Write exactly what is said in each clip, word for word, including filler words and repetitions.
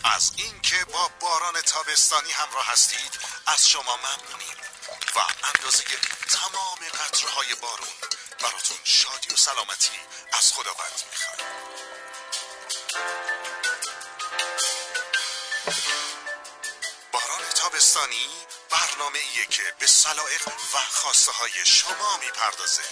از اینکه با باران تابستانی همراه هستید از شما ممنونیم و اندازه تمام قطره‌های بارون براتون شادی و سلامتی از خداوند میخوایم. باران تابستانی برنامه ایه که به سلایق و خواسته های شما میپردازه.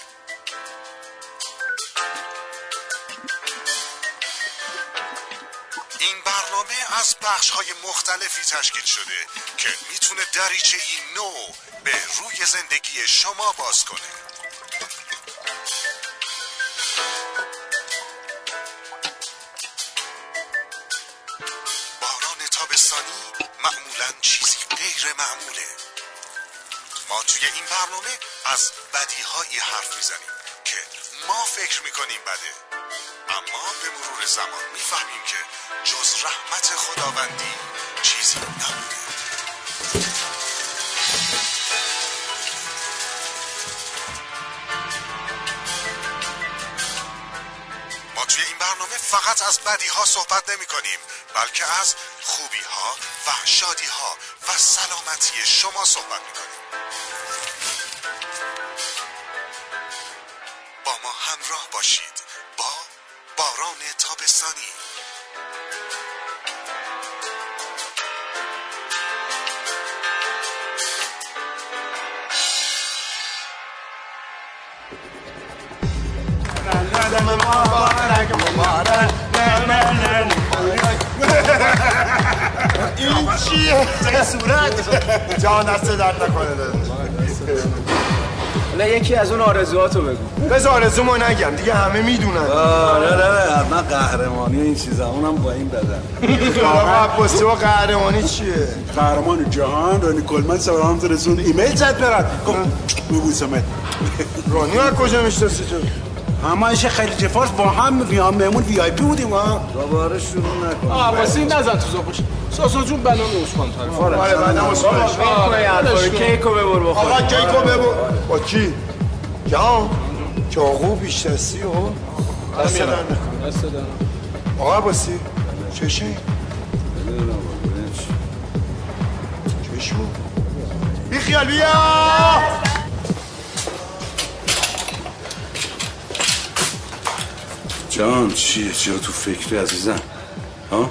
این برنامه از بخش‌های مختلفی تشکیل شده که میتونه دریچه این نو به روی زندگی شما باز کنه. باران تابستانی معمولاً چیزی غیر معموله. ما توی این برنامه از بدیهایی حرف میزنیم که ما فکر میکنیم بده، اما به مرور زمان میفهمیم که جز رحمت خداوندی چیزی نبوده. ما توی این برنامه فقط از بدی ها صحبت نمی کنیم، بلکه از خوبی ها و شادی ها و سلامتی شما صحبت می کنیم. با ما همراه باشید با باران تابستانی. این چیه؟ چه صورت؟ جان دست درد نکنه داداش. حالا یکی از اون آرزوهاتو بگو. بذار آرزومو نگم دیگه همه میدونن. آره نه من قهرمانی این چیزا اونم با این بدن. آقا عباسی و قهرمانی چیه؟ قهرمان جهان رانی کلمن سلام تو رسون ایمیل زد برات. گفت ببوسمت. رانی از کجا میشناسی تو؟ همایش خیلی جفاس با هم میام مهمون وی آی پی بودیم ها. دوباره شروع نکن. آ واسه نزن تو زاپوش. ساسا جون بنام عثمان طرف. آره بعدم عثمان. آره کیکو ببر بخور. آقا کیکو ببر. با کی؟ جان. چاقو بیش دستی ها. دست در نکن. دست در. آقا عباسی چشه؟ چشو. بی خیال بیا. جان چیه؟ چرا تو فکری عزیزم؟ ها؟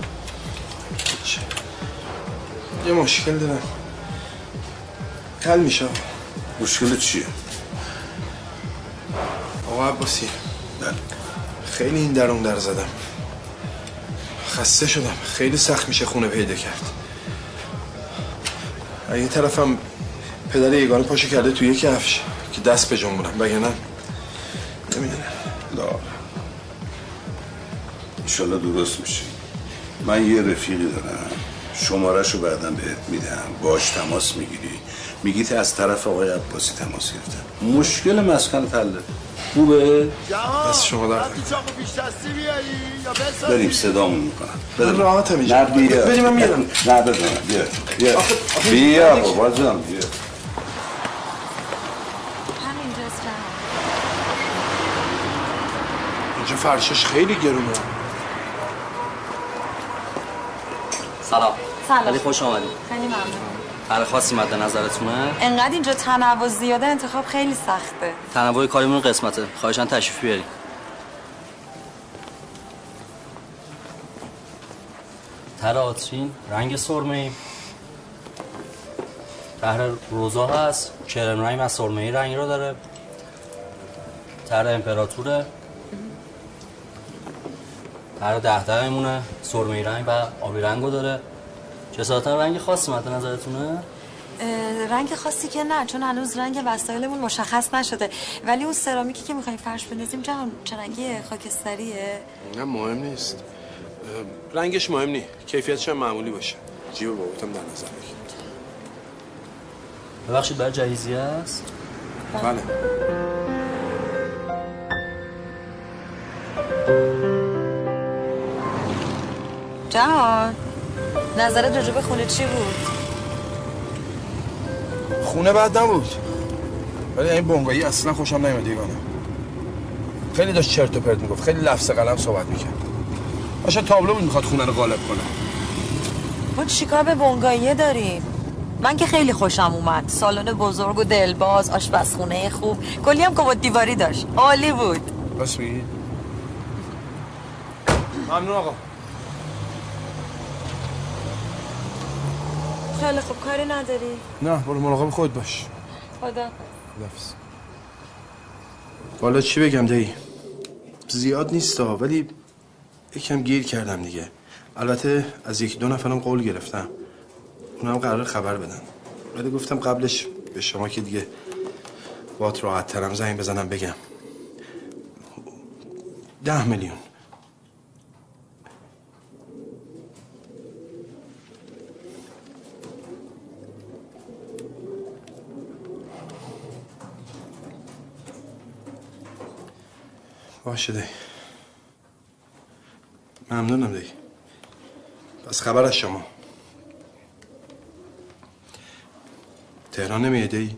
یه مشکل دارم. حل میشه. مشکل چیه؟ آقا عباسی بله. خیلی این درون در زدم. خسته شدم. خیلی سخت میشه خونه پیدا کرد. این طرفم پدر یگانه پاشو کرده توی یک کفش که دست به جنبونم وگرنه نمیدونم. لا انشالله درست میشه. من یه رفیقی دارم شمارهشو بعداً بهت میدم، باش تماس میگیری، میگی که از طرف آقای عباسی تماس گرفتن، مشکل مسکن حله. خوبه؟ دست شما در بریم صدامون میکنن. من راحتم اینجا. نه بیا بریم من میرم. نه بدونم بیا بیا بیا بابا جان بیا. اینجا فرشش خیلی گرونه. سلام. سلام. خیلی خوش آمدید. خیلی ممنون. هر خاصی مد نظرتونه؟ انقدر اینجا تنوع زیاده انتخاب خیلی سخته. تنوع کاریمون قسمته. خواهشاً تشریف بیارید. تر آترین رنگ سرمه‌ای. طرح روزا هست. کرم رنگ و سرمه‌ای رنگ رو داره. طرح امپراتوره. طرح ده ده میمونه. سرمه‌ای رنگ و آبی رنگو داره. چه ساعتا رنگ خاصی مد نظرتونه؟ رنگ خاصی که نه، چون هنوز رنگ وسایلمون مشخص نشده، ولی اون سرامیکی که میخوایم فرش بندازیم جهان چه رنگیه؟ خاکستریه؟ نه مهم نیست. رنگش مهم نیست، کیفیتش هم معمولی باشه. جیب باباتم در نظر بگیر. ببخشید برای جهیزیه است؟ بله. جهان نظرت راجع به خونه چی بود؟ خونه بد نبود، ولی این بنگاهی اصلا خوشم نیومد یگانه. خیلی داشت چرت و پرت میگفت، خیلی لفظ قلم صحبت میکرد. باشه تابلو بود میخواد خونه رو قالب کنه. ما چیکار به بنگاییه داریم؟ من که خیلی خوشم اومد. سالن بزرگ و دلباز، آشپزخونه خوب، کلی هم کمد دیواری داشت. عالی بود. بس میگی؟ ممنون آقا. خیلی خوب، کاری نداری؟ نه، برو مراقب خود باش. خدا خداحافظ. والا چی بگم دایی؟ زیاد نیست ها، ولی یکم گیر کردم دیگه. البته از یکی دو نفرم قول گرفتم، اونم قرار خبر بدن، ولی گفتم قبلش به شما که دیگه بات راحت ترم زنگ بزنم بگم. ده میلیون. باشه دی. ممنونم دی. پس خبر از شما. تهران نمیه دی؟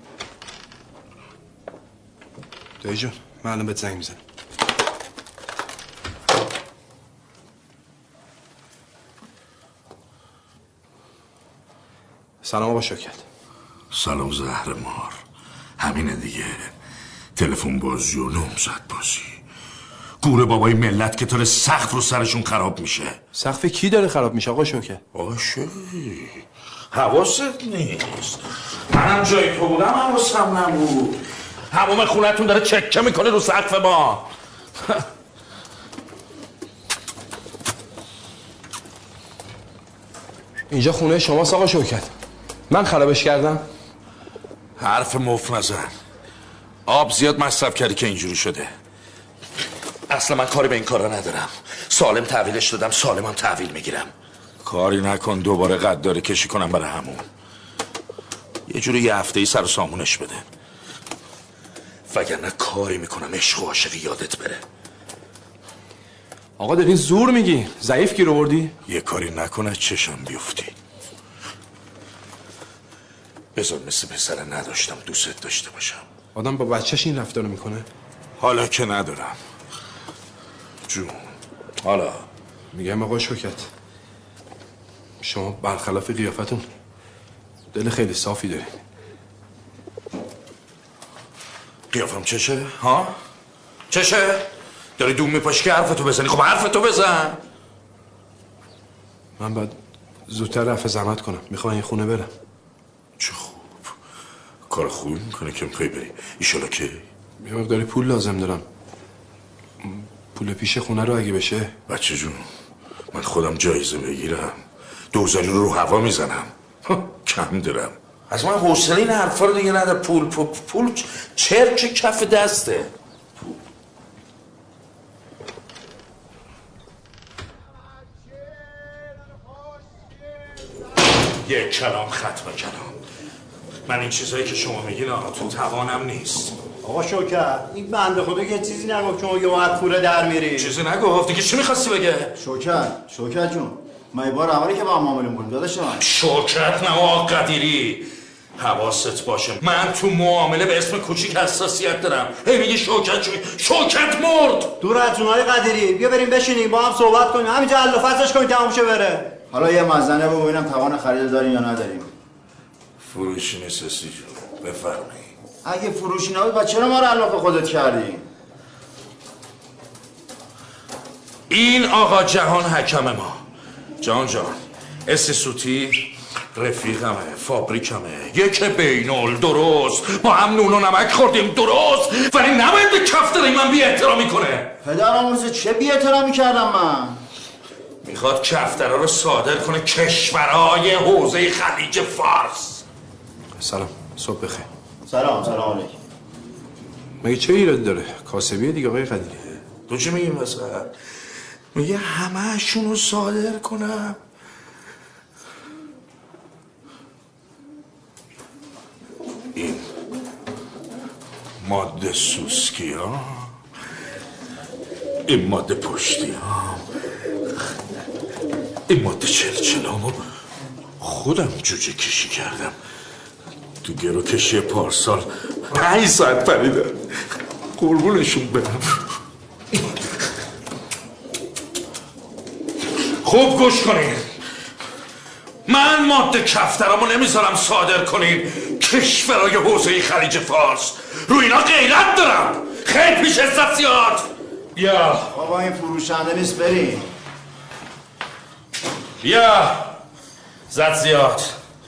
دی جون من الان بهت زنگ میزنم. سلام آقا شوکت. سلام زهر مار. همینه دیگه. تلفن بازی و نامزد بازی. گوره بابای ملت که طور سخت رو سرشون خراب میشه. سقف کی داره خراب میشه آقا شوکت؟ آشه حواست نیست. منم جای تو بودم حواسم نبود. هموم خونتون داره چکه میکنه رو سقف ما. اینجا خونه شماست آقا شوکت. من خرابش کردم؟ حرف مفت نزن. آب زیاد مصرف کردی که اینجوری شده. اصلا من کاری به این کارا ندارم. سالم تحویلش دادم، سالمم تحویل میگیرم. کاری نکن دوباره قدردانی کشی کنم برای همون. یه جوری یه هفته ای سر و سامونش بده، وگرنه کاری میکنم عشق و عاشقی یادت بره. آقا داری زور میگی؟ ضعیف گیر آوردی؟ یه کاری نکنه چشم بیفتی. بذار مثل پسر نداشتم دوست داشته باشم. آدم با بچهش این رفتارو میکنه؟ حالا که ندارم جون. حالا میگم آقا شوکت، شما برخلاف قیافتون دل خیلی صافی دارین. قیافم چشه؟ ها؟ چشه؟ داری دوم میپاشی که حرفتو بزنی. خب حرفتو بزن. من باید زودتر رفع زحمت کنم، میخوام این خونه برم. چه خوب. کار خوبی میکنه که میخوای بری. ایشالا که یه مقداری پول لازم دارم. پول پیش خونه رو اگه بشه. بچه جون من خودم جایزه بگیرم دوزاری رو رو هوا میزنم. کم دارم. از من حوصله این حرفا رو دیگه نداره. پول پول پول چرک کف دسته. یک کلام ختم کلام. من این چیزایی که شما میگین آقا تو توانم نیست. آقا شوکت این بنده خدا که چیزی نگفت شما یه وقت پوره در میری. چیزی نگفت دیگه. چی میخواستی بگه؟ شوکت شوکت جون ما یه بار اولی که با هم معامله می‌کنیم داداش من. شوکت نه آقا قدیری. حواست باشه من تو معامله به اسم کوچیک حساسیت دارم. هی میگی شوکت شوکت شوکت مرد. دور از جونای قدیری بیا بریم بشینیم با هم صحبت کنیم. همینجا حل و فصلش کنیم تموم شه بره. حالا یه مزنه ببینم توان خرید داریم یا نداریم. فروشی نیست اسی جون. بفرمایید. اگه فروشی نبود با چرا ما رو علاف خودت کردیم؟ این آقا جهان حکم ما. جهان جان اسی سوتی رفیقمه، فابریکمه، یک بینول درست با هم نون و نمک خوردیم درست، ولی نباید به کفتر من بی احترامی کنه. پدر آموزه چه بی احترامی کردم من؟ میخواد کفترها رو صادر کنه کشورهای حوزه خلیج فارس. سلام صبح بخیر. سلام سلام علیکم. مگه چه ایرادی داره؟ کاسبیه دیگه آقای قدیری. تو چی میگی مثلا؟ میگه همه شونو صادر کنم. این ماده سوسکی ها، این ماده پشتی ها، این ماده چلچلامو خودم جوجه کشی کردم. تو گرو کشی پارسال پنج ساعت پریدم. قربونشون برم. خوب گوش کنین. من ماده کفترامو نمیذارم صادر کنین کشورهای حوزه خلیج فارس. رو اینا غیرت دارم. خیلی پیش عزت زیاد. یا بابا این فروشنده نیست بریم. یا زد زیاد.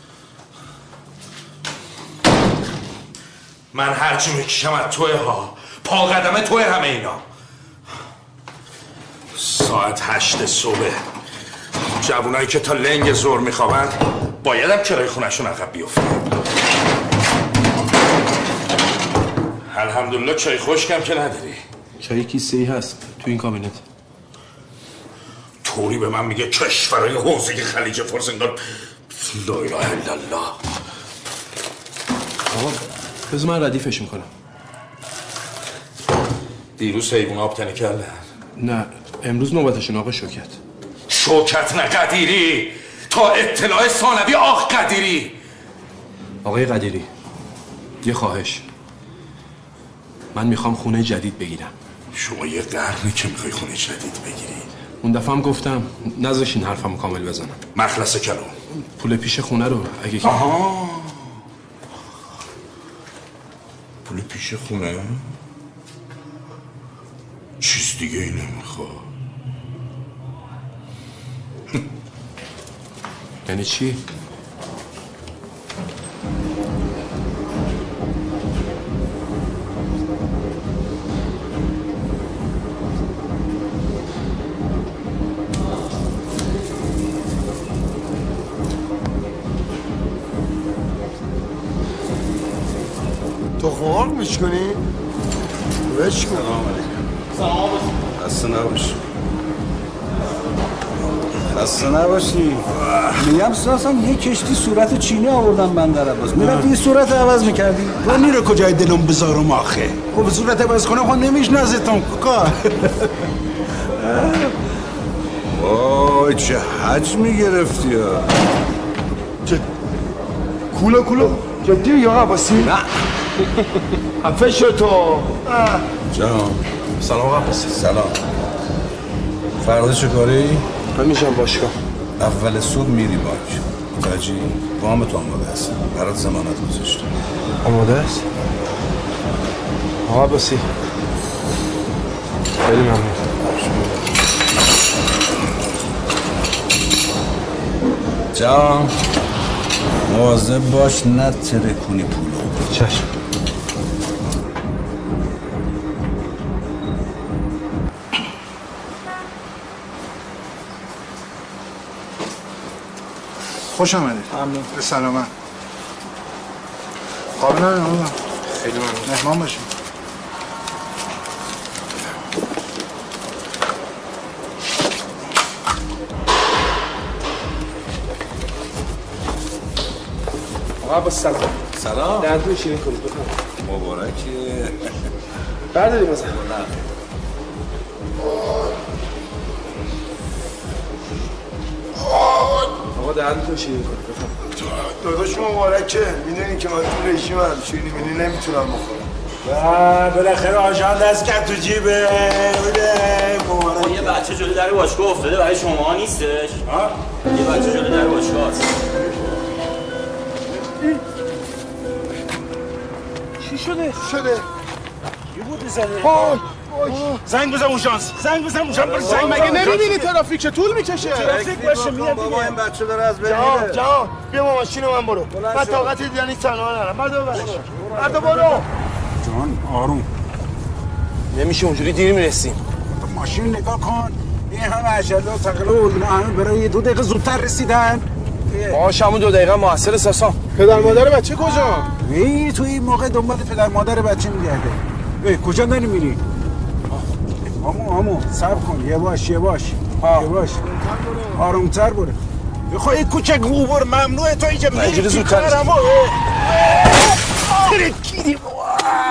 من هرچی میکشم از توی ها، پا قدم توی همه اینا. ساعت هشت صبح جوونایی که تا لنگ زور میخوابن باید هم کرای خونشون عقب بیفته. الحمدلله چای خشکم که نداری. چای کیسه ای هست تو این کابینت. طوری به من میگه کشورهای حوزه خلیج فارس انگار لا اله الا الله. آقا بذار من ردیفش میکنم. دیروز حیوان آب تنه کردن. نه امروز نوبتشون آقا شوکت. شوکت نه قدیری. تا اطلاع ثانوی آخ قدیری. آقای قدیری یه خواهش، من میخوام خونه جدید بگیرم. شما یه قرنه که میخوای خونه جدید بگیری؟ اون دفعه هم گفتم نذاشین حرفمو کامل بزنم. مخلص کلام. پول پیش خونه رو اگه که آها پول پیش خونه؟ چیز دیگه ای نمیخواد. یعنی چی؟ تو خمار میشکنی؟ بش کن. سلام علیکم. سلام خسته نباشی. خسته نباشی. میگم ساسم یه کشتی صورت چینی آوردم بندر عباس. میرفتی صورت عوض میکردی؟ تو میره کجای دلم بذارم آخه. خب صورت عوض کنم خب نمیشناسیتم کار. وای چه حجمی گرفتی ها. چه کولا کولا جدی یا عباسی؟ نه حفه شد تو. جان سلام عباسی. سلام. فردا چه کاری؟ من میشم باشگاه. اول صبح میری بانک. تاجی وام تو آماده است. برات ضمانت گذاشتم. آماده است؟ آقا عباسی خیلی ممنون. جان مواظب باش نه ترکونی پولو. چشم. خوش آمدید. ممنون. به سلامت. قابل ندارم. خیلی ممنون. مهمان باشیم. آقا عباس سلام. سلام. دردو شیرین کنید بفرمایید. مبارکه. برداریم مثلا. آقا دردو شیرین کنید بفرمایید. داداش مبارکه. میدونی که من تو رژیمم شیرینی مینی نمیتونم بخورم. بالاخره آژان دست کرد تو جیبه. مبارکه. یه بچه جلوی در باشگاه افتاده برای شما نیستش؟ ها؟ یه بچه جلوی در باشگاه هست. چی شده؟ شده؟ کی بود میزنه؟ وای زنگ بزن اون شانس. زنگ بزن اون شانس. زنگ مگه نمیبینی ترافیک چه طول میکشه؟ ترافیک باشه میاد دیگه. این بچه داره از بین میره. جان بیا با ماشین من برو. من طاقت دیدنی تنها ندارم. بعدو برش. بعدو برو. جان آروم. نمیشه اونجوری دیر میرسیم. ماشین نگاه کن. این همه عجله و تقلا و همه برای دو دقیقه زودتر رسیدن. باهاش همون دو دقیقه موثر ساسا. پدر مادر بچه کجا؟ ای تو این موقع دنبال پدر مادر بچه میگرده. ای کجا داری میری؟ آمو آمو صبر کن. یه باش یه باش. یه باش. آرومتر برو. بخواه این کوچک اوبر ممنوعه تو اینجا میری زودتر کارمو. ترکیدی بابا.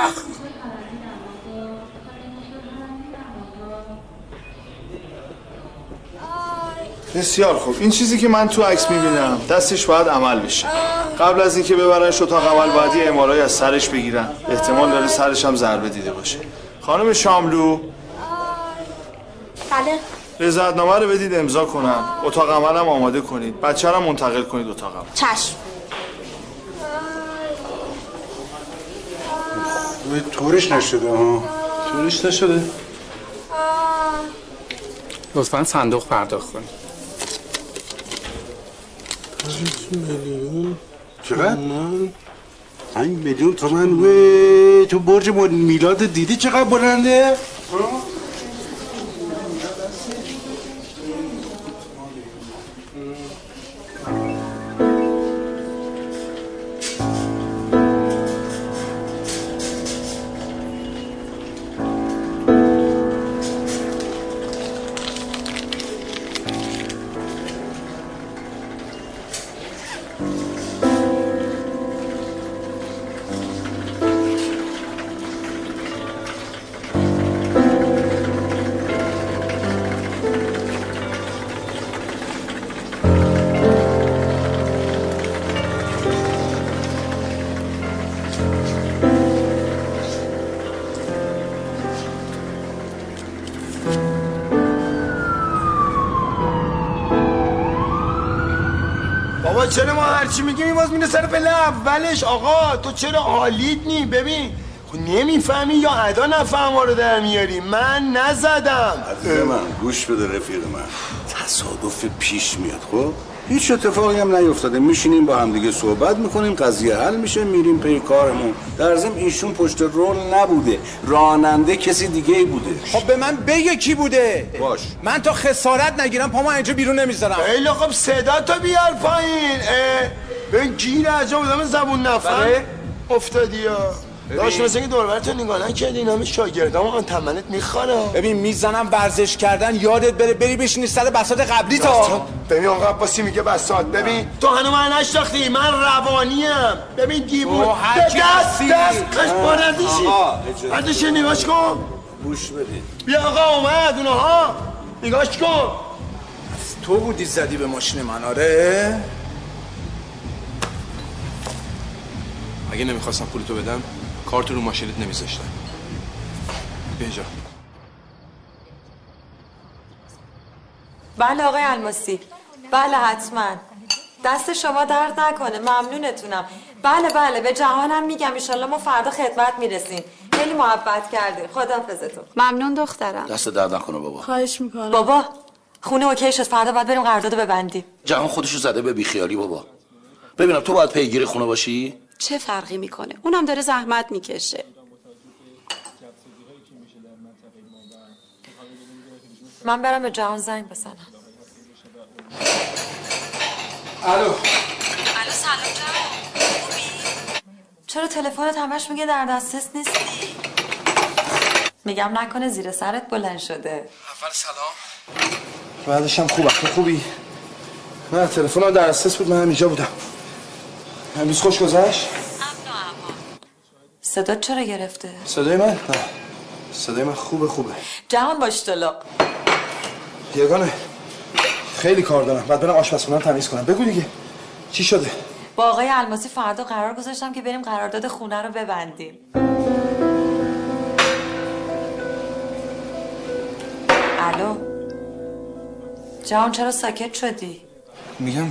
بسیار خوب. این چیزی که من تو عکس میبینم دستش باید عمل بشه. قبل از اینکه ببرنش اتاق عمل باید یه ام آر آی از سرش بگیرن. احتمال داره سرش هم ضربه دیده باشه. خانم شاملو. بله. رضایت‌نامه رو بدید امضا کنم، اتاق عملم آماده کنید، بچه رو منتقل کنید اتاق عمل. چشم. طورش نشده ها. طورش نشده. لطفاً صندوق پرداخت کنید. پنج میلیون چقدر؟ پنج میلیون تومن. وی تو برج میلاد دیدی چقدر بلنده؟ چرا ما هرچی میگیم باز میره سر پله اولش؟ آقا تو چرا حالیت نی؟ ببین خب نمیفهمی یا ادا نفهم رو در میاری؟ من نزدم. عزیز من گوش بده رفیق من، تصادف پیش میاد. خب هیچ اتفاقی هم نیفتاده، میشینیم با هم دیگه صحبت میکنیم، قضیه حل میشه، میریم پی کارمون. در ضمن ایشون پشت رول نبوده، راننده کسی دیگه ای بوده. خب به من بگه کی بوده؟ باش. من تا خسارت نگیرم پامو اینجا بیرون نمیذارم. خیلی خب صدا تو بیار پایین. ببین گیر عجب بودم زبون نفهم افتادی ها. داشت مثل اینکه دور براتون نگاه نکردی، این همه شاگردام هم تمنت میخوانم. ببین میزنم ورزش کردن یادت بره بری بشینی سر بساط قبلی تا. ببین آقا عباسی میگه بساط. ببین تو هنو من نشناختی، من روانیم. ببین دیوون دست دست کش بارندیشی بردش نگاش کن. گوش بدید. بیا آقا اومد اونها، نگاش کن. تو بودی زدی به ماشین من؟ آره. اگه نمیخواستم پولتو بدم کارتو رو ماشینت نمیذاشتم. بجا. بله آقای الماسی، بله حتما. دست شما درد نکنه، ممنونتونم. بله بله به جهانم میگم ایشالله ما فردا خدمت میرسیم. خیلی محبت کردین. خداحافظتون. ممنون دخترم. دست درد نکنه بابا. خواهش میکنم. بابا خونه اوکی شد، فردا باید بریم قراردادو ببندیم. جهان خودشو زده به بیخیالی بابا. ببینم تو باید پیگیر خونه باشی؟ چه فرقی میکنه؟ اونم داره زحمت میکشه. من برم به جهان زنگ بزنم. الو. الو سلام جهان. خوبی؟ چرا تلفنت همش میگه در دسترس نیستی؟ میگم نکنه زیر سرت بلند شده. اول سلام. بعدش هم خوبه. تو خوبی؟ نه تلفنم در دسترس بود، من همینجا بودم. امروز خوش گذشت؟ امن و امان. صدات چرا گرفته؟ صدای من؟ نه صدای من خوبه خوبه. جهان باش طلاق. یگانه خیلی کار دارم، بعد برم آشپزخونه‌ام تمیز کنم. بگو دیگه چی شده؟ با آقای الماسی فردا قرار گذاشتم که بریم قرارداد خونه رو ببندیم. الو جهان چرا ساکت شدی؟ میگم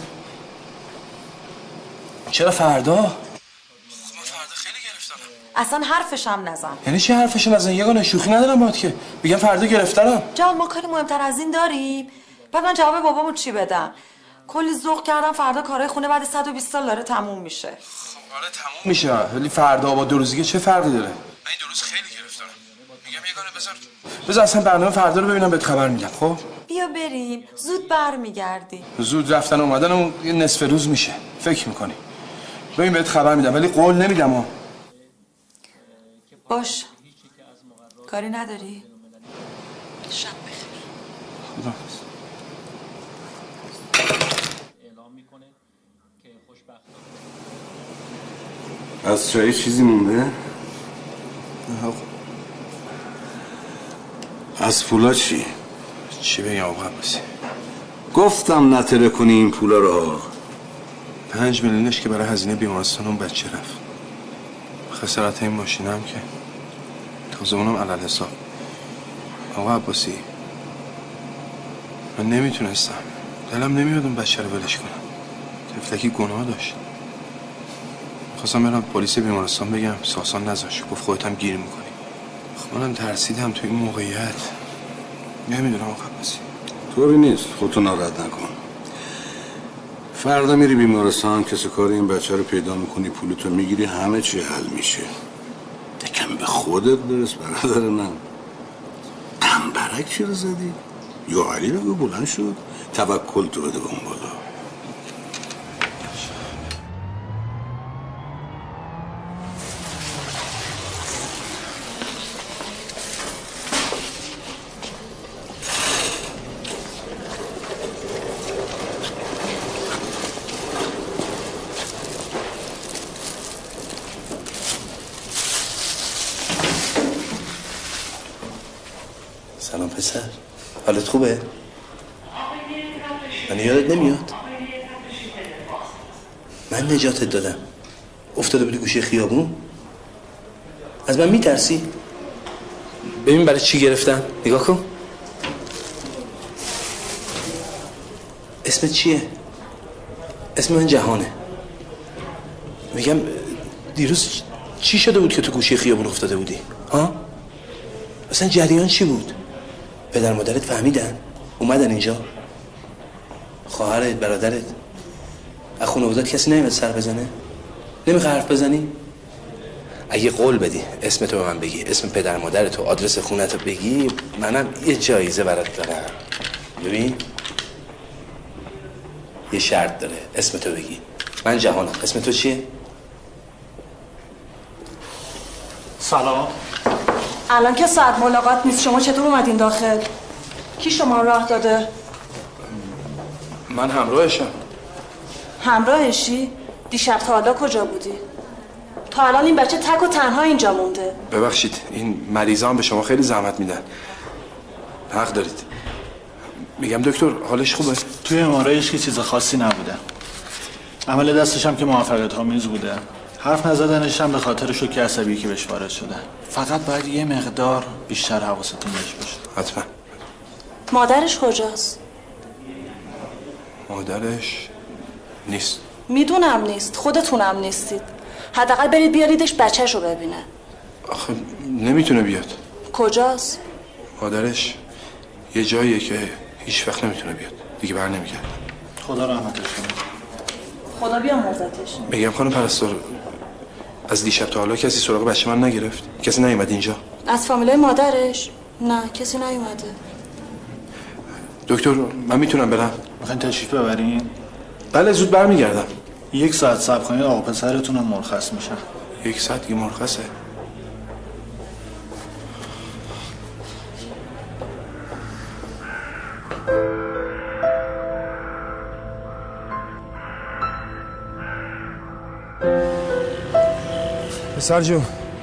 چرا فردا؟ من فردا خیلی گرفتارم. اصلا حرفش هم نزن. یعنی چی حرفش نزن؟ یگانه شوخی ندارم باهات که. میگم فردا گرفتارم. جهان ما کاری مهمتر از این داریم؟ بعد من جواب بابامو چی بدم؟ کلی ذوق کردم فردا کارهای خونه بعد صد و بیست سال داره تموم میشه. خب آره تموم میشه، ولی فردا با دو روزیگه چه فرقی داره؟ من این دو روز خیلی گرفتارم. میگم یگانه بذار بذار اصلا برنامه فردا رو ببینم بهت خبر میدم. خب بیا بریم، زود برمیگردی. زود رفتن اومدن اون یه نصف روز میشه. فکر میکنی؟ ببین بهت خبر میدم ولی قول نمیدم. ها باش. کاری نداری؟ شب بخیر. خداحافظ. از چایی چیزی مونده؟ نه از پولا چی؟ چی بگم آقا عباسی؟ گفتم نتره کنی این پولا رو. پنج میلیونش که برای هزینه بیمارستان اون بچه رفت. خسارت این ماشینم که تازه اونم علل حساب. آقا عباسی من نمیتونستم، دلم نمیاد اون بچه رو ولش کنم. تفلکی گناه داشت. خواستم برم پلیس بیمارستان بگم، ساسان نذاشت، گفت خودت هم گیر میکنی. خب منم ترسیدم تو این موقعیت. نمیدونم آقا بسی طوری نیست، خودتو ناراحت نکن. فردا میری بیمارستان، کسی کار این بچه رو پیدا میکنی، پولتو میگیری، همه چی حل میشه. یکم به خودت برس برادر من. قنبرک چی رو زدی؟ یا علی رو بلند شد، توکل تو بده به اون بالا. سلام پسر، حالت خوبه؟ من یادت نمیاد؟ من نجاتت دادم، افتاده بودی گوشه خیابون؟ از من میترسی؟ ببین برای چی گرفتم، نگاه کن. اسمت چیه؟ اسم من جهانه. میگم دیروز چی شده بود که تو گوشه خیابون افتاده بودی؟ ها؟ اصلا جریان چی بود؟ پدر مادرت فهمیدن؟ اومدن اینجا؟ خواهرت، برادرت؟ از خانواده‌ات کسی نمیاد سر بزنه؟ نمیخوای حرف بزنی؟ اگه قول بدی اسمتو به من بگی، اسم پدر مادرتو، آدرس خونتو بگی، منم یه جایزه برات دارم. ببین یه شرط داره، اسمتو بگی. من جهانم. اسمتو چیه؟ سلام. الان که ساعت ملاقات نیست، شما چطور اومدین داخل؟ کی شما راه داده؟ من همراهشم. همراهشی؟ دیشب تا حالا کجا بودی؟ تا الان این بچه تک و تنها اینجا مونده. ببخشید این مریضا هم به شما خیلی زحمت میدن. حق دارید. میگم دکتر حالش خوبه؟ توی امارایش که چیز خاصی نبوده. عمل دستش هم که موفقیت آمیز بوده. حرف نزدنش هم به خاطر شوک عصبی که بهش وارد شده. فقط باید یه مقدار بیشتر حواستون بهش باشه. حتما. مادرش کجاست؟ مادرش نیست. میدونم نیست، خودتونم نیستید. حداقل برید بیاریدش بچه‌شو ببینه. آخه نمیتونه بیاد. کجاست؟ مادرش یه جاییه که هیچ وقت نمیتونه بیاد. دیگه بر نمیگرده. خدا رحمتش کنه. خدا بیامرزتش. میگم خانم پرستار، از دیشب تا حالا کسی سراغ بچه من نگرفت؟ کسی نیومد اینجا؟ از فامیلای مادرش؟ نه کسی نیومده. دکتر من میتونم برم؟ میخواین تشریف ببرین؟ بله زود برمیگردم. یک ساعت صبر کنید آقا پسرتون هم مرخص میشن. یک ساعت دیگه مرخصه؟ پسر جون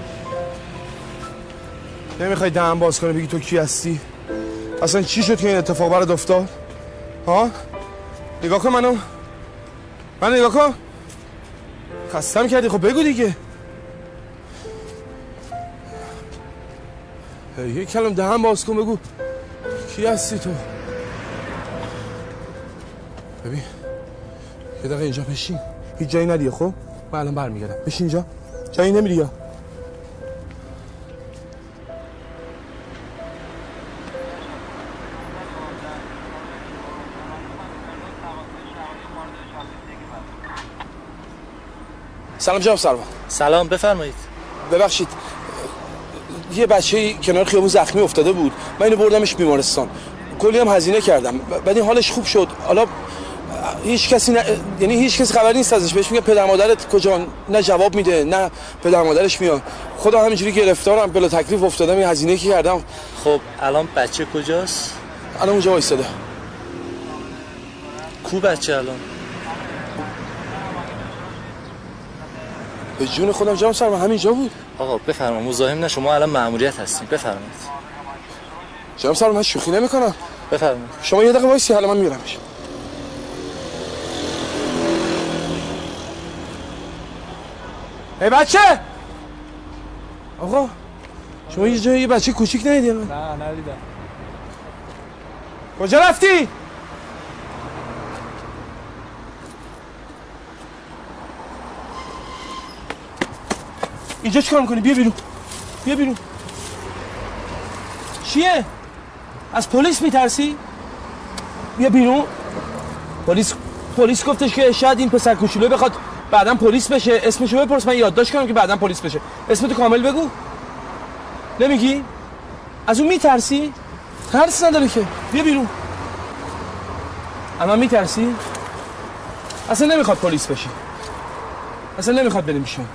نمیخوای دهن باز کنه بگی تو کی هستی؟ اصلا چی شد که این اتفاق برات افتاد؟ ها؟ نگاه کن منو. من نگاه کن. خستم کردی، خب بگو دیگه. یه کلم دهن باز کن بگو کی هستی تو؟ ببین یه دقیقه اینجا بشین، هیچ جایی ندیه. خب من الان برمیگردم. بشین اینجا، جایی نمیری یا؟ سلام جناب سروان. سلام بفرمایید. ببخشید یه بچه کنار خیابون زخمی افتاده بود، من اینو بردمش بیمارستان، کلی هم هزینه کردم، بعد این حالش خوب شد. حالا هیچ کسی ن... یعنی هیچ کسی خبری نیست ازش. بهش میگه پدر مادرت کجا، نه جواب میده نه پدر مادرش میاد. خدا همینجوری گرفتارم، بلا تکلیف افتادم، این هزینه که کردم. خب الان بچه کجاست؟ الان اونجا وایساده. کو بچه الان؟ به جون خودم جناب سروان همینجا بود. آقا بفرمایید، مزاحم نه، شما الان مأموریت هستین، بفرمایید. جناب سروان من شوخی نمی‌کنم. بفرمایید. شما یه دقیقه وایسی، حالا من میرمش. ای بچه! آقا شما یه جایی یه بچه کوچیک ندیدی؟ نه ندیدم. کجا رفتی؟ اینجا چیکار میکنی؟ بیا بیرون بیا بیرون. چیه؟ از پلیس میترسی؟ بیا بیرون. پلیس پلیس گفتش که شاید این پسر کوچولو بخواد بعداً پلیس بشه. اسمشو بپرس من یادداشت کنم که بعداً پلیس بشه. اسمتو کامل بگو. نمیگی؟ از اون میترسی؟ ترس نداره که. بیا بیرون. اما میترسی؟ اصلا نمیخواد پلیس بشی. اصلا نمیخواد بریم شما.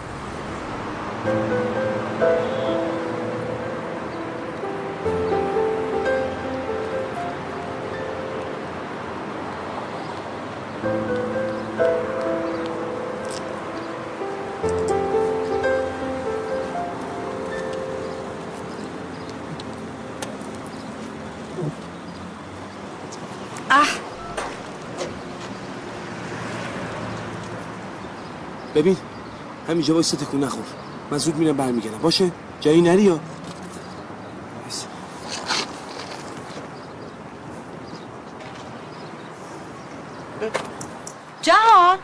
ببین همینجا وایسا تکون نخور. من زود میرم برمیگردم. باشه؟ جایی نری یا جهان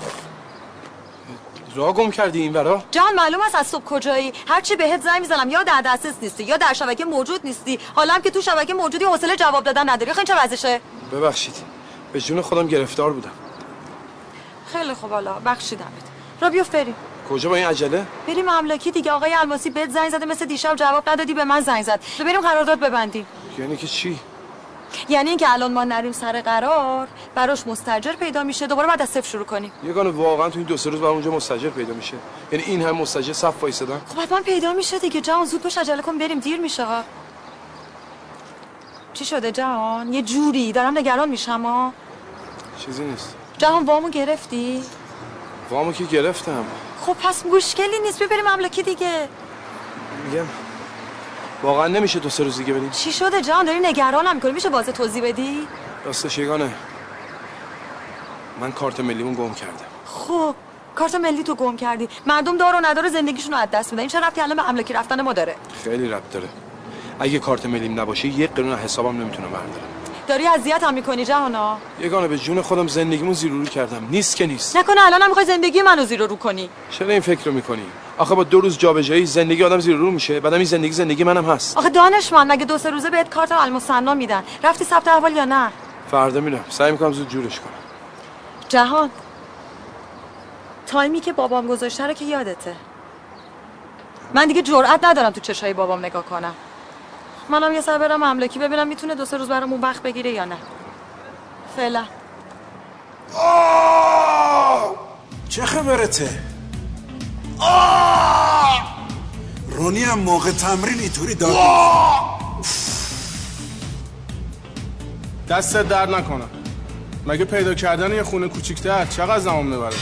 راه گم کردی این ورا؟ جهان معلوم است از صبح کجایی. هرچی بهت زنگ میزنم یا در دسترس نیستی یا در شبکه موجود نیستی. حالا هم که تو شبکه موجودی حوصله جواب دادن نداری. خیلی چه وضعشه؟ ببخشید به جون خودم گرفتار بودم. خیلی خوب حالا بخشیدمت. را بیفت بریم. کجا با این عجله؟ بریم املاکی دیگه. آقای الماسی بهت زنگ زده مثل دیشب جواب ندادی به من زنگ زد. بریم قرارداد ببندیم. یعنی که چی؟ یعنی اینکه الان ما نریم سر قرار براش مستاجر پیدا میشه دوباره بعد از صفر شروع کنیم. یگانه واقعا تو این دو سه روز برام اونجا مستاجر پیدا میشه؟ یعنی این هم مستاجر صف وایسادن؟ خب حتما پیدا میشه دیگه. جهان زود باش عجله کن بریم دیر میشه ها. چی شده جهان؟ یه جوری دارم نگران میشم ها. چیزی نیست. جهان وامو گرفتی؟ وامو که گرفتم. خب پس مشکلی نیست بریم املاکی دیگه. میگم واقعا نمیشه دو سه روز دیگه بریم. چی شده جهان داری نگرانم میکنی؟ میشه واضح توضیح بدی؟ راستش یگانه من کارت ملیمون گم کردم. خب کارت ملی تو گم کردی. مردم دار و ندار زندگیشون رو از دست میدن. این چه ربطی الان به املاکی رفتن ما داره؟ خیلی ربط داره. اگه کارت ملیم نباشه یک قرون حسابم نمیتونم بردارم. داری اذیتم میکنی جهانا. یگانه به جون خودم زندگیمون زیر و رو کردم. نیست که نیست. نکنه الانم میخوای زندگی منو زیر و رو کنی؟ چرا این فکر رو میکنی؟ آخه با دو روز جابجایی زندگی آدم زیر و رو میشه. بعدم این زندگی زندگی منم هست. آخه دانشمند مگه دو سه روزه بهت کارت المصنا میدن؟ رفتی ثبت احوال یا نه؟ فردا میرم. سعی میکنم زود جورش کنم. جهان تایمی که بابام گذاشته رو که یادته. من دیگه جرئت ندارم تو چشای بابام نگاه کنم. منم یه سر برم املاکی ببینم میتونه دو سه روز برامون وقت بگیره یا نه. فعلا. چه خبرته؟ رونی هم موقع تمرین اینطوری داد. دستت درد نکنه. مگه پیدا کردن یه خونه کوچیک‌تر چقدر زمان میبره؟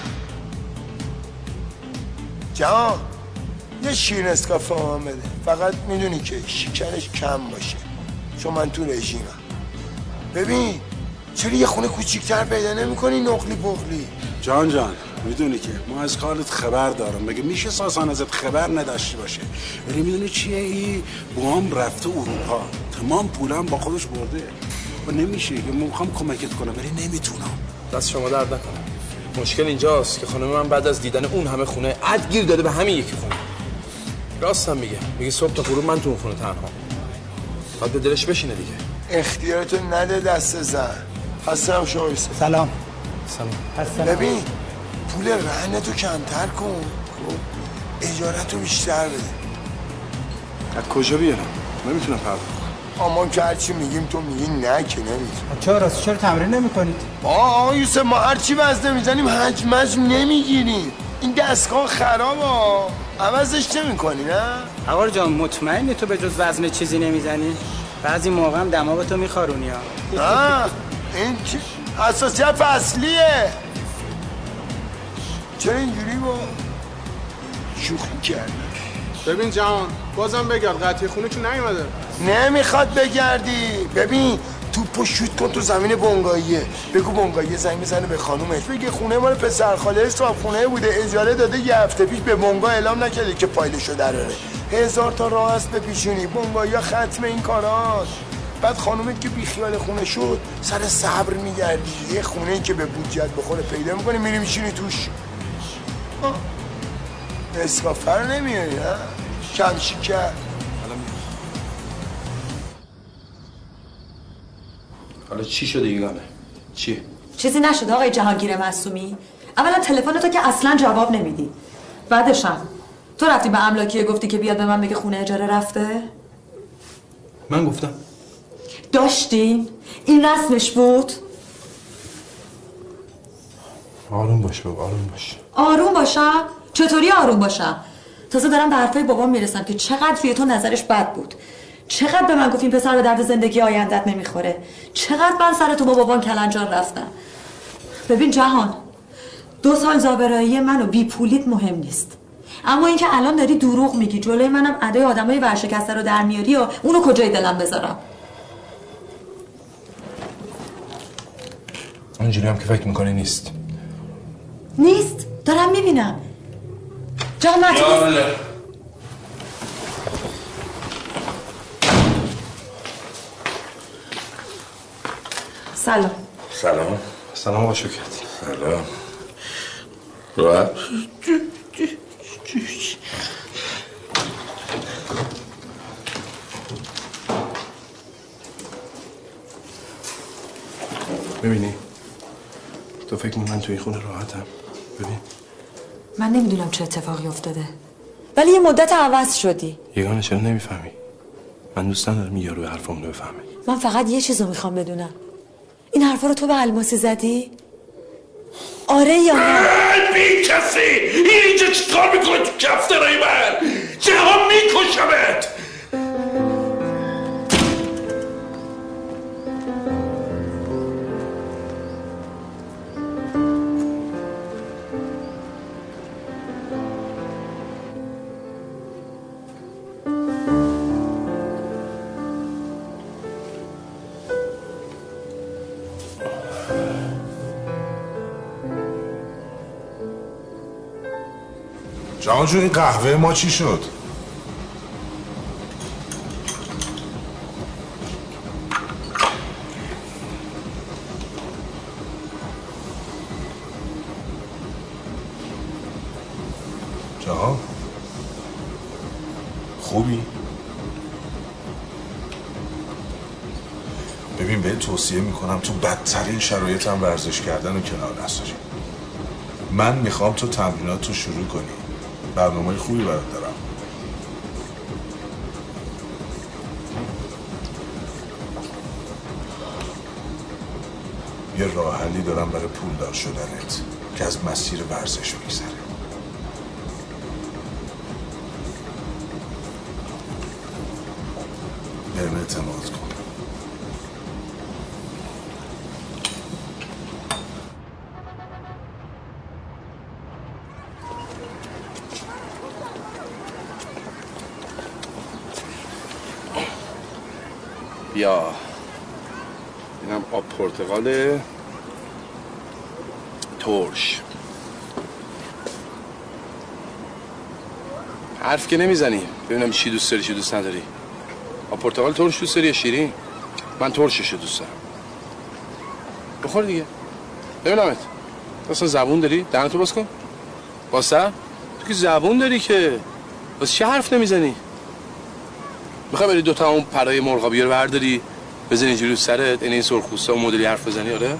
جهان یه شیر نسکافه هم بده. فقط میدونی که شکرش کم باشه چون من تو رژیمم. ببین چرا یه خونه کوچیک‌تر پیدا نمی‌کنی نقلی پخلی؟ جان جان میدونی که ما از کارت خبر دارم. مگه میشه ساسان ازت خبر نداشته باشه؟ ولی میدونی چیه این بوام رفته اروپا تمام پولم با خودش برده و نمیشه که من میخوام کمکت کنم ولی نمیتونم. دست شما درد نکنه. مشکل اینجاست که خانم من بعد از دیدن اون همه خونه عد گیر داده به همین یکی خونه. راستم میگه. میگه صبح تا غروب من تو اون خونه تنها. بعد به دلش بشینه دیگه. اختیارتو نده دست زن. هستم شما بیسته. سلام. سلام. ببین پول رهنتو کمتر کن. اجارتو بیشتر بده. از کجا بیارم؟ نمیتونم پرداخت کنم. اما که هرچی میگیم تو میگی نه که نمیتونم. چرا راست چرا تمرین نمیکنید؟ آه یوسف ما هرچی وزنه میزنیم حجم مجم نمیگیریم. این دستگاه خرابه. عوضش چه میکنی نه؟ آقا جان مطمئنی تو به جز وزن چیزی نمیزنی؟ بعضی موقع هم دماغتو میخارونی ها. نه این چی؟ حساسیت فصلیه. چرا اینجوری با شوخی کردی؟ ببین جهان بازم بگرد قطعی خونه که نیومده. نمیخواد بگردی. ببین توپو شوت کن تو زمین بنگاهیه. بگو بنگاهیه زنگ بزنه به خانومش بگه خونه مال پسر خاله صاحب خونه بوده اجاره داده یه هفته پیش به بنگاه اعلام نکرده که فایلشو دراره. هزار تا راه است بپیچونی. بنگاهیا ختم این کاراست. بعد خانومت که بیخیال خونه شد سر صبر میگردی. یه خونه ای که به بودجت بخوره پیدا میکنی میری میشینی توش. اسکافه رو نمیاری ها؟ شمشیکر حالا چی شده یگانه؟ چی؟ چیزی نشده آقای جهانگیر معصومی. اولا تلفن تو که اصلا جواب نمیدی. بعدشم تو رفتی به املاکیه گفتی که بیاد به من بگه خونه اجاره رفته؟ من گفتم داشتیم؟ این رسمش بود؟ آروم باش بابا، آروم باش. آروم باشم؟ چطوری آروم باشم؟ تازه دارم به حرفای بابام میرسم که چقدر توی تو نظرش بد بود. چقدر به من گفت این پسر به درد زندگی آیندت نمیخوره. چقدر من سر تو با بابام کلنجار رفتم. ببین جهان، دو سال زابرایی من و بی پولیت مهم نیست. اما اینکه الان داری دروغ میگی جلوی منم ادای آدمای ورشکسته رو در میاری و اونو کجای دلم بذارم؟ اونجوری هم که فکر میکنی نیست. نیست؟ دارم میبینم. جهان مرتبه سلام. سلام. سلام آقا شکرت. سلام. راحت. ببینی تو فکر می‌کنی من تو این خونه راحتم. ببین من نمیدونم چه اتفاقی افتاده ولی یه مدت عوض شدی. یگانه چرا نمیفهمی؟ من دوست ندارم یارو حرفمون رو بفهمه. من فقط یه چیزو میخوام بدونم، این حرفا رو تو به الماسی زدی؟ آره یا نه؟ بی کسی این اینجا چیکار میکنه تو کفترهای من؟ جهان میکشمت. جهان جون این قهوه ما چی شد؟ جهان خوبی؟ ببین بهت توصیه میکنم تو بدترین شرایط هم ورزش کردن و کنار نذاری. من میخوام تو تمرینات رو شروع کنی. برنامه خوبی برات دارم. یه راه حلی دارم برای پولدار شدنت که از مسیر ورزش میگذره. بهم اعتماد کن. بیا اینم آب پرتقال ترش. حرف که نمیزنی ببینم چی دوست داری چی دوست نداری. آب پرتقال ترش دوست داری یا شیرین؟ من ترششو دوست دارم. بخور دیگه ببینمت. تو اصلا زبون داری؟ دهنتو باز کن. باسه؟ تو که زبون داری که واسه چه حرف نمیزنی؟ میخوای بری دوتا اون پرای مرغابی رو برداری بزنی اینجوری رو سرت این این سرخپوستا و مدلی حرف بزنی؟ آره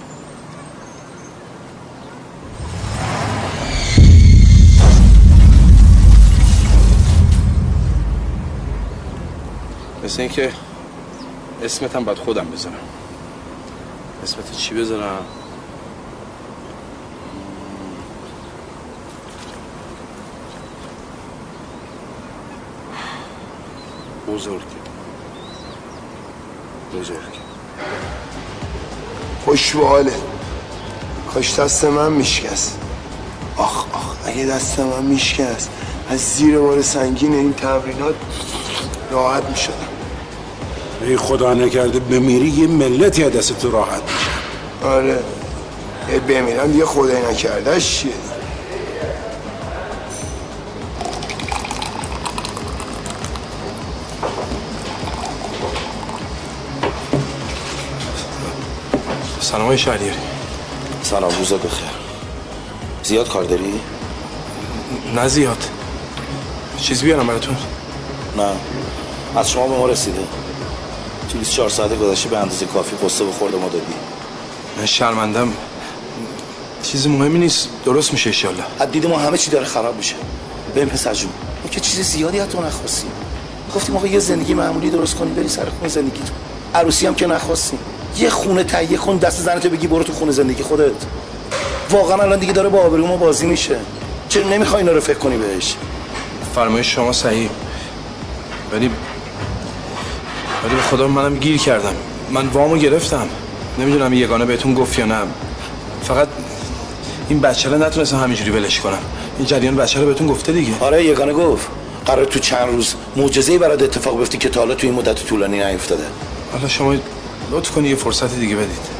مثل این که اسمت هم باید خودم بذارم. اسمت چی بذارم؟ بزرگ بزرگ خوشباله. کاش دست من میشکست. آخ آخ اگه دست من میشکست از زیر بار سنگین این تمرینات راحت میشدم. ای خدا نکرده بمیری یه ملتی از دست تو راحت میشه. آره یه بمیرم دیگه خدای نکردهش چیه. سلام های شهریاری. سلام روزت بخیر. زیاد کار داری؟ نه زیاد. چیز بیارم براتون؟ نه از شما به ما رسیده تو بیست و چهار ساعت گذشته به اندازه کافی قصه بخورده ما دادی. من شرمندم، چیز مهمی نیست، درست میشه انشالله. از دید ما همه چی داره خراب میشه. ببین پسر جون ما که چیز زیادی حتی نخواستیم، گفتیم آقا یه زندگی معمولی درست کنی بری سر خونه زندگیتون، عروسی هم که نخواستیم، یه خونه تهیه کن دست زنتو بگی برو تو خونه زندگی خودت. واقعا الان دیگه داره با آبروی ما بازی میشه، چرا نمیخوای اینا رو فکر کنی بهش؟ فرمایش شما صحیح، ولی ولی به خدا منم گیر کردم. من وامو گرفتم، نمیدونم یگانه بهتون گفت یا نه، فقط این بچه رو نتونستم همینجوری ولش کنم. این جریان بچه رو بهتون گفته دیگه؟ آره یگانه گفت قرار تو چند روز معجزه‌ای برات اتفاق بیفته که تا حالا تو این مدت طولانی نیفتاده. حالا شما لطف کنید یه فرصت دیگه بدید.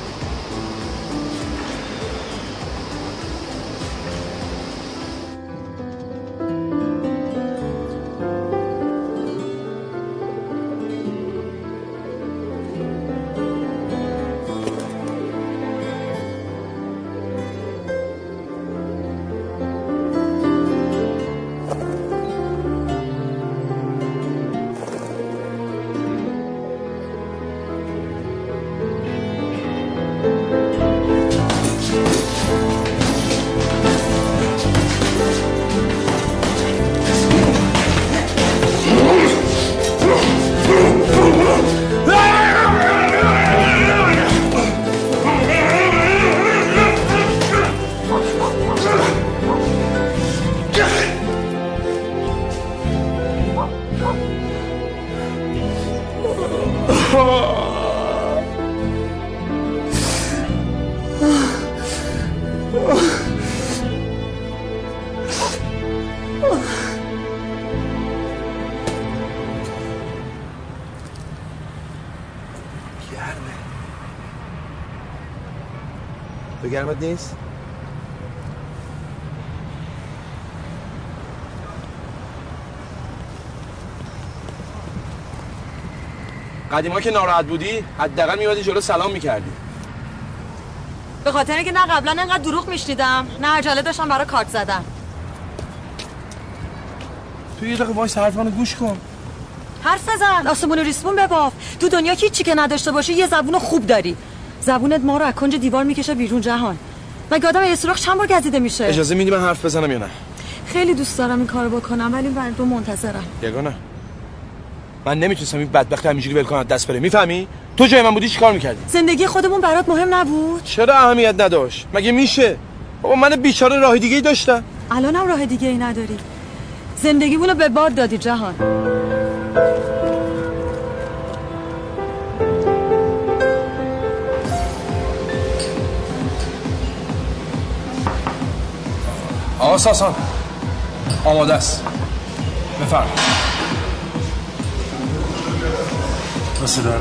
تو گرمت نیست؟ قدیما که ناراحت بودی حداقل میومدی جلو سلام میکردی. به خاطر اینکه نه قبلا انقدر دروغ میشنیدم نه عجله داشتم برای کارت زدن. تو یه دقیقه وایس حرف منو گوش کن. حرف بزن، آسمون ریسمون بباف. تو دنیا که چی که نداشته باشی یه زبون خوب داری. زبونت ما رو از کنج دیوار میکشه بیرون جهان. مگه آدم یه سوراخ چند بار گزیده میشه؟ اجازه میدی من حرف بزنم یا نه؟ خیلی دوست دارم این کارو بکنم ولی من تو منتظرم. یگانه من نمیتونستم این بدبخت همینجوری ول کنم دست بره، میفهمی؟ تو جای من بودی چیکار میکردی؟ زندگی خودمون برات مهم نبود؟ چرا اهمیت نداشت؟ مگه میشه؟ بابا من بیچاره راه دیگه ای داشتم. الانم راه دیگه ای نداری. زندگیمونو به باد دادی جهان. آقا ساسان آماده است، بفرم. بسه دردم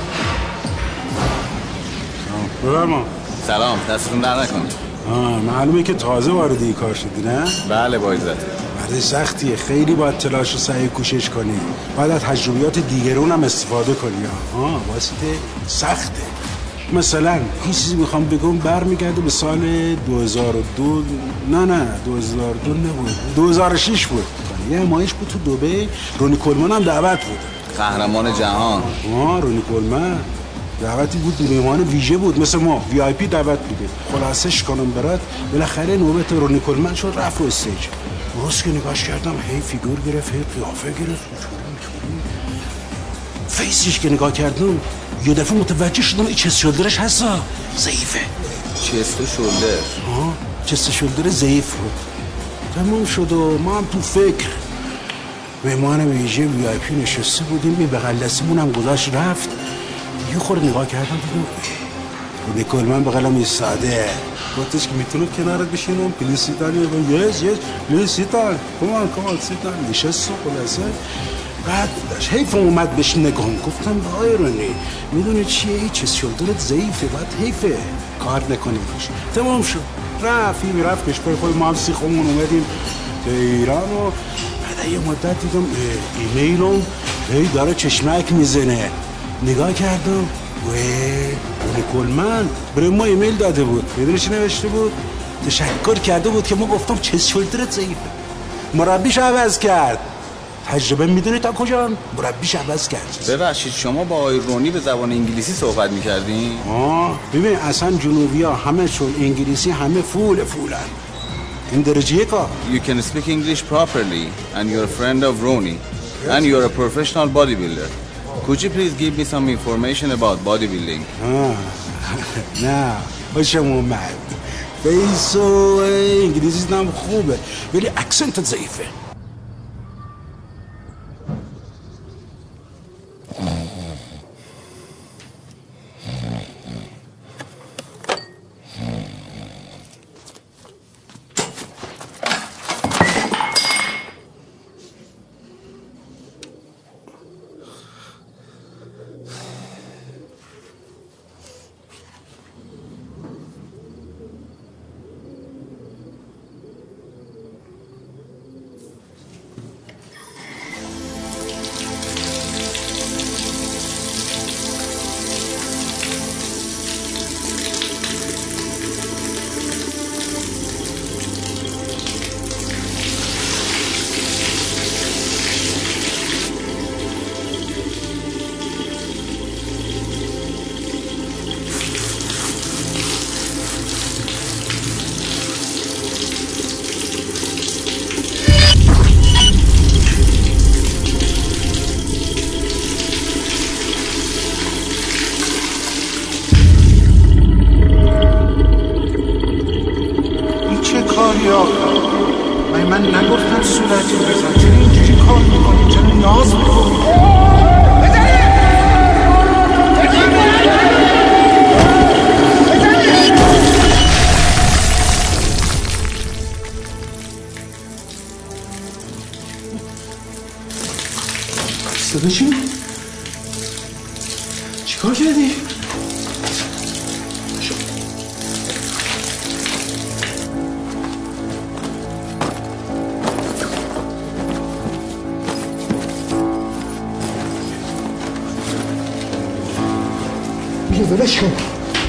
ببرما. سلام، دستتون در نکنید. آه معلومه که تازه وارد این کار شدی نه؟ بله با عزت. ورزش سختیه، خیلی باید تلاش و سعی کوشش کنی، باید از تجربیات دیگرون هم استفاده کنی. آه واسطه سخته. مثلا این چیزی میخوام بگم برمیگرده به سال دو هزار و دو، نه نه دو هزار و دو نبود، دو هزار و شش بود. یه همایش بود تو دبی، رونی کولمن هم دعوت بود، قهرمان جهان. آه رونی کولمن دعوتی بود، مهمان ویژه بود مثل ما، وی آی پی دعوت بوده. خلاصش کنم برات، بالاخره نوبت رونی کولمن شد، رفت رو استیج. درست که نگاش کردم هی فیگور گرفت، هی قیافه گرفت، فیسش که نگاه کردم یه دفعه متوجه شدم این چست شولدرش هستا ضعیفه. چست شولدر؟ آه چست شولدر ضعیف بود. تمام شد و ما هم تو فکر مهمان ویژه وی آی پی نشسته بودیم، این بغل دستمون هم گذاشت رفت. یه خورده نگاه کردم دیدم رونی کولمن بغلم ایستاده، گفتش که میتونم کنارت بشینم؟ پلیز سیتان. یس یس پلیز سیتان، کمان کمان سیتان. نشست و خلاصه بعد حیف اومد بهش نگاه، گفتم آی رونی میدونی چیه این چست شولدرت ضعیفه، باید حیفه کار نکنیم روش. تمام شد رفت این رفت کشور خود ما هم سیخمون اومدیم به ایران و بعد یه مدت دیدم ایمیلم هی داره چشمک میزنه. نگاه کردم و رونی کولمن برای ما ایمیل داده بود. میدونی چی نوشته بود؟ تشکر کرده بود که ما گفتم چست شولدرت ضعیفه. مربیش عوض کرد. تجربه میدونی تا کجا مربیش عوض کرد. ببخشید شما با آقای رونی به زبان انگلیسی صحبت میکردین؟ آه ببین اصلا جنوبی ها همه چون انگلیسی همه فول فولن. این درجه کار. You can speak English properly and you're a friend of Ronnie yes. and you're a professional bodybuilder. Could you please give me some information about bodybuilding? آه نه باشه محمد. بیسو انگلیسی هم خوبه ولی اکسنت ضعیفه. من نگفتم صورتی بزن چرا اینجوری کار میکنی چرا ناز میکنی صدا چی؟ چی کار کردی؟ ولش کن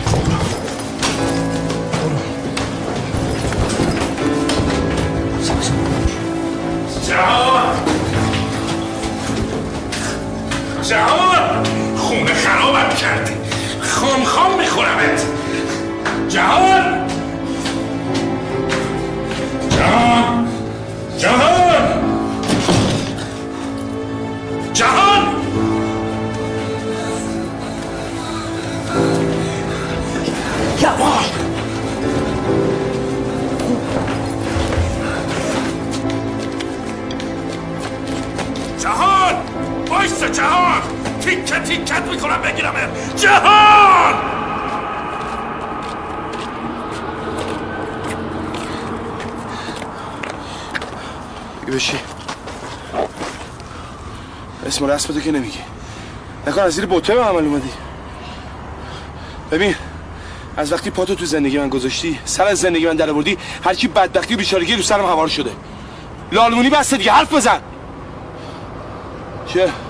جهان جهان خونه خرابم کردی خام خام میخورمت جهان جهان جهان جهان یواش جهان وایسا جهان تیکه تیکت میکنم بگیرم جهان بگی بشی اسم و رسمتو که نمیگی نکن از زیر بوته به عمل اومدی ببین از وقتی پاتو تو زندگی من گذاشتی سر از زندگی من در آوردی هر کی بدبختی و بیچارگی رو سرم هوار شده لالمونی بسته دیگه حرف بزن چیه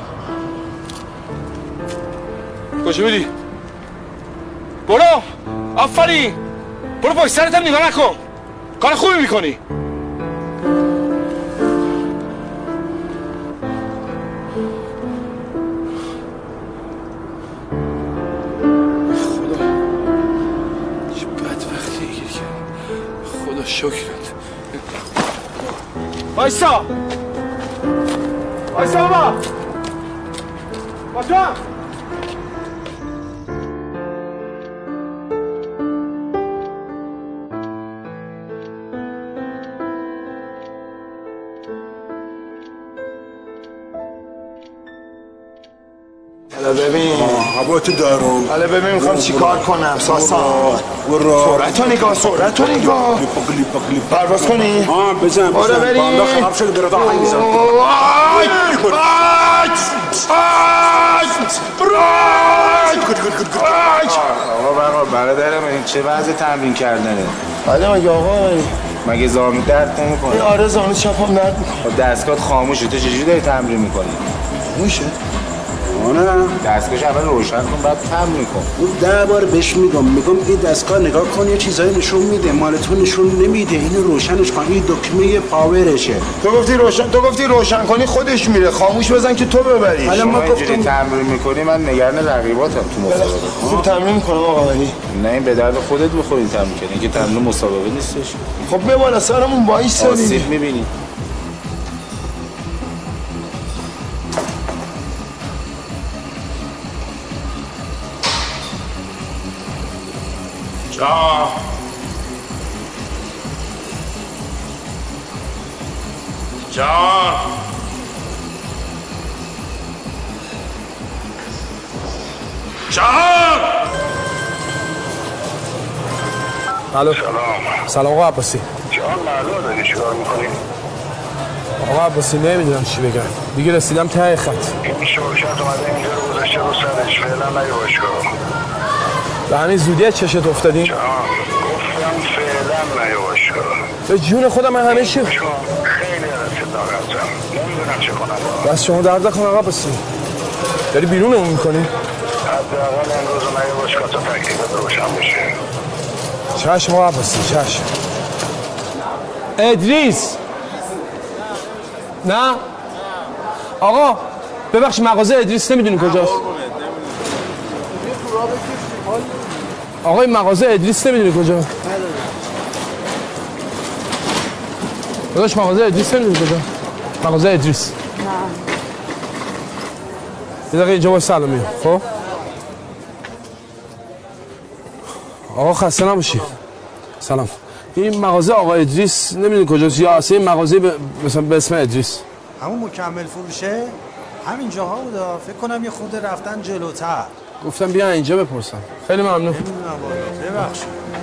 کجا میری برو آفرین برو پای سرت هم نگاه نکن کار خوبی میکنی شکرت وایسا وایسا بابا با تو هم حالا ببین هوا تو دارم حالا ببین میخوام چی کار کنم ساسا سرعت رو نگاه سرعت رو نگاه پرواز کنی آه بزن برو بریم باندا خراب شده داره تا هنگ میزن آقا برقا برادرم این چه وضع تمرین کردنه بعد مگه آقا مگه زانو درد نمیکنه آره زانو چپم درد میکنه دستگاه خاموشه تو چجوری داری تمرین میکنی میشه آنه دستگاهش اول روشن کن بعد تمرین کن. اون ده بار بهش میگم میگم این دستگاه نگاه کن یه چیزایی نشون میده مال تو نشون نمیده اینو روشنش کن این دکمه پاورشه. تو گفتی روشن تو گفتی روشن کنی خودش میره خاموش بزن که تو ببری. حالا ما گفتیم تمرین میکنی من نگران رقیباتم تو مسابقه. خوب تمرین میکنم آقا ولی نه این به درد خودت بخور این تمرین کنی که تمرین مسابقه نیستش. خب بیا بالا سرمون وایس دیگه. آسیب میبینی. جان جان جان الو سلام سلام آقا عباسی. جان معلومه داری چیکار میکنی؟ آقا عباسی نمیدونم چی بگم دیگه رسیدم ته خط. این شورشت اومده اینجا رو گذاشته رو سرش فعلا نگه باشگاه. به همین زودی چشت افتادین؟ جان گفتم فعلا نگه باشگاه. به جون خودم من همه چی خیلی رسید ناراحتم نمیدونم چه کنم. بس شما درد نکن آقا عباسی. داری بیرونمون میکنی؟ حداقل امروز نگه باشگاه تا تکلیفت روشن بشه. چشم آقا عباسی چشم. ادریس نه آقا ببخش مغازه ادریس نمیدونی کجاست؟ آقا این مغازه ادریس نمیدونی کجا؟ داداش مغازه ادریس نمیدونی کجا؟ مغازه ادریس نه یه دقیقه اینجا باید سلام میام خب؟ آقا خسته نباشی سلام. این مغازه آقا ادریس نمیدونی کجاست یا اصلا این مغازه ب... مثلا به اسم ادریس همون مکمل فروشه همین جاها بودا فکر کنم یه خود رفتن جلوتر. گفتم بیا اینجا بپرسم. خیلی ممنون. نمیدونم والا ببخشید.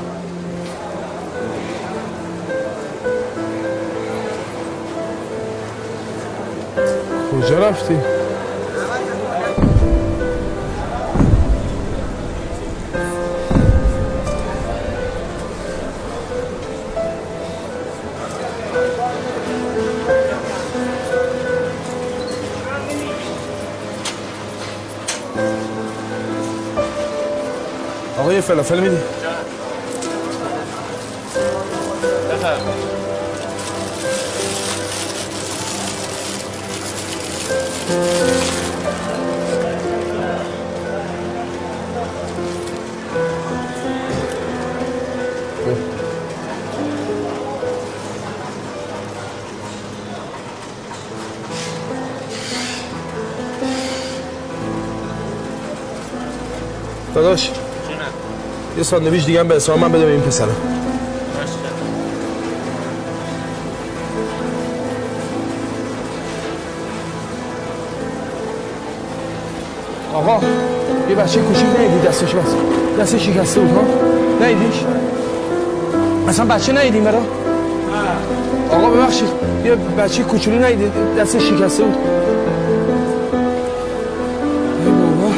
کجا رفتی؟ آقا یه فلافل میدی؟ داداش یه ساندویچ دیگه هم به حساب من بده به این پسرم. آقا یه بچه کوچیک ندیدی دستش بس دستش شکسته بود ها؟ ندیدیش؟ اصلا بچه ندیدیم برا؟ آقا ببخشید یه بچه کوچولو ندیدی دستش شکسته بود. ای بابا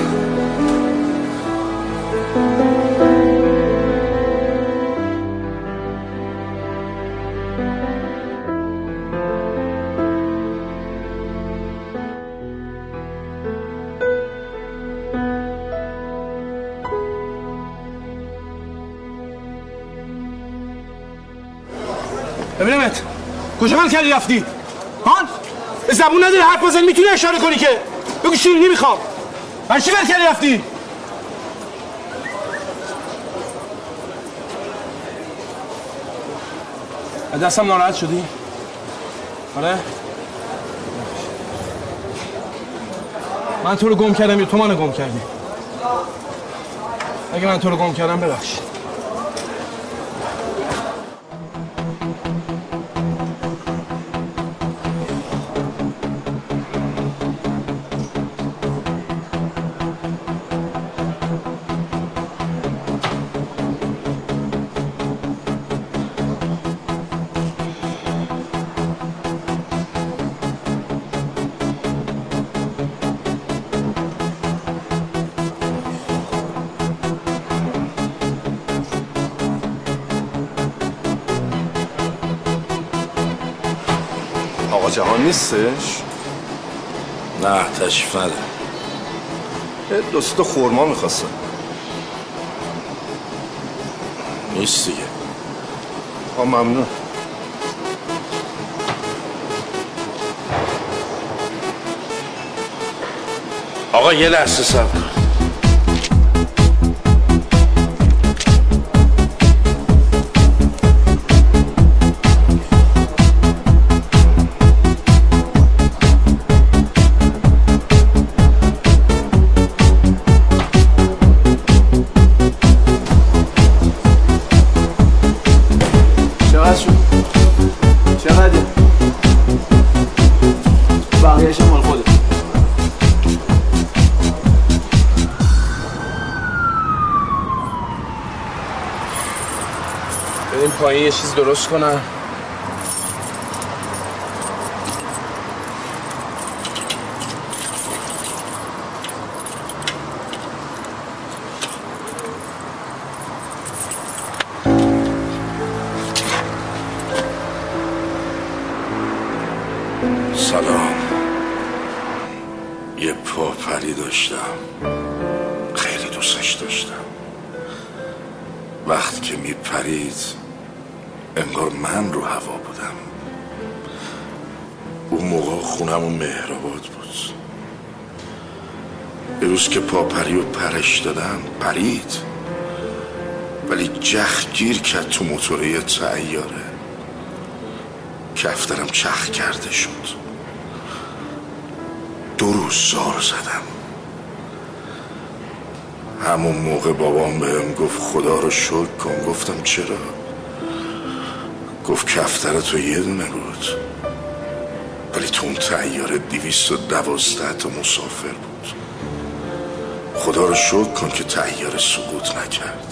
ببینمت کجا من کردی رفتی؟ هان؟ زبون نداری حرف بزنی میتونی اشاره کنی که بگو شیرینی میخوام. من چی کردی رفتی؟ دستم ناراحت شدی؟ آره؟ من تو رو گم کردم یا تو منو گم کردی؟ اگه من تو رو گم کردم ببخش. آقا جهان نیستش؟ نه تشریف نده. دو سه تا خورما میخواستم. نیست دیگه. آه ممنون. آقا یه لحظه صبر کن. چقدر شد؟ چقدر؟ بقیه‌اش مال خودت. بریم پایین یه چیز درست کنم. سلام. یه پاپری داشتم، خیلی دوستش داشتم. وقتی که میپرید انگار من رو هوا بودم. اون موقع خونمون مهرآباد بود. یه روز که پاپری رو پرش دادم پرید، ولی جخ گیر کرد تو موتوره یه طیاره. کفترم چخ کرده شد. دو روز زار زدم. همون موقع بابام بهم گفت خدا رو شکر کن. گفتم چرا؟ گفت کفتر تو یه دونه بود، ولی تو اون طیاره دویست و دوازده تا مسافر بود. خدا رو شکر کن که طیاره سقوط نکرد.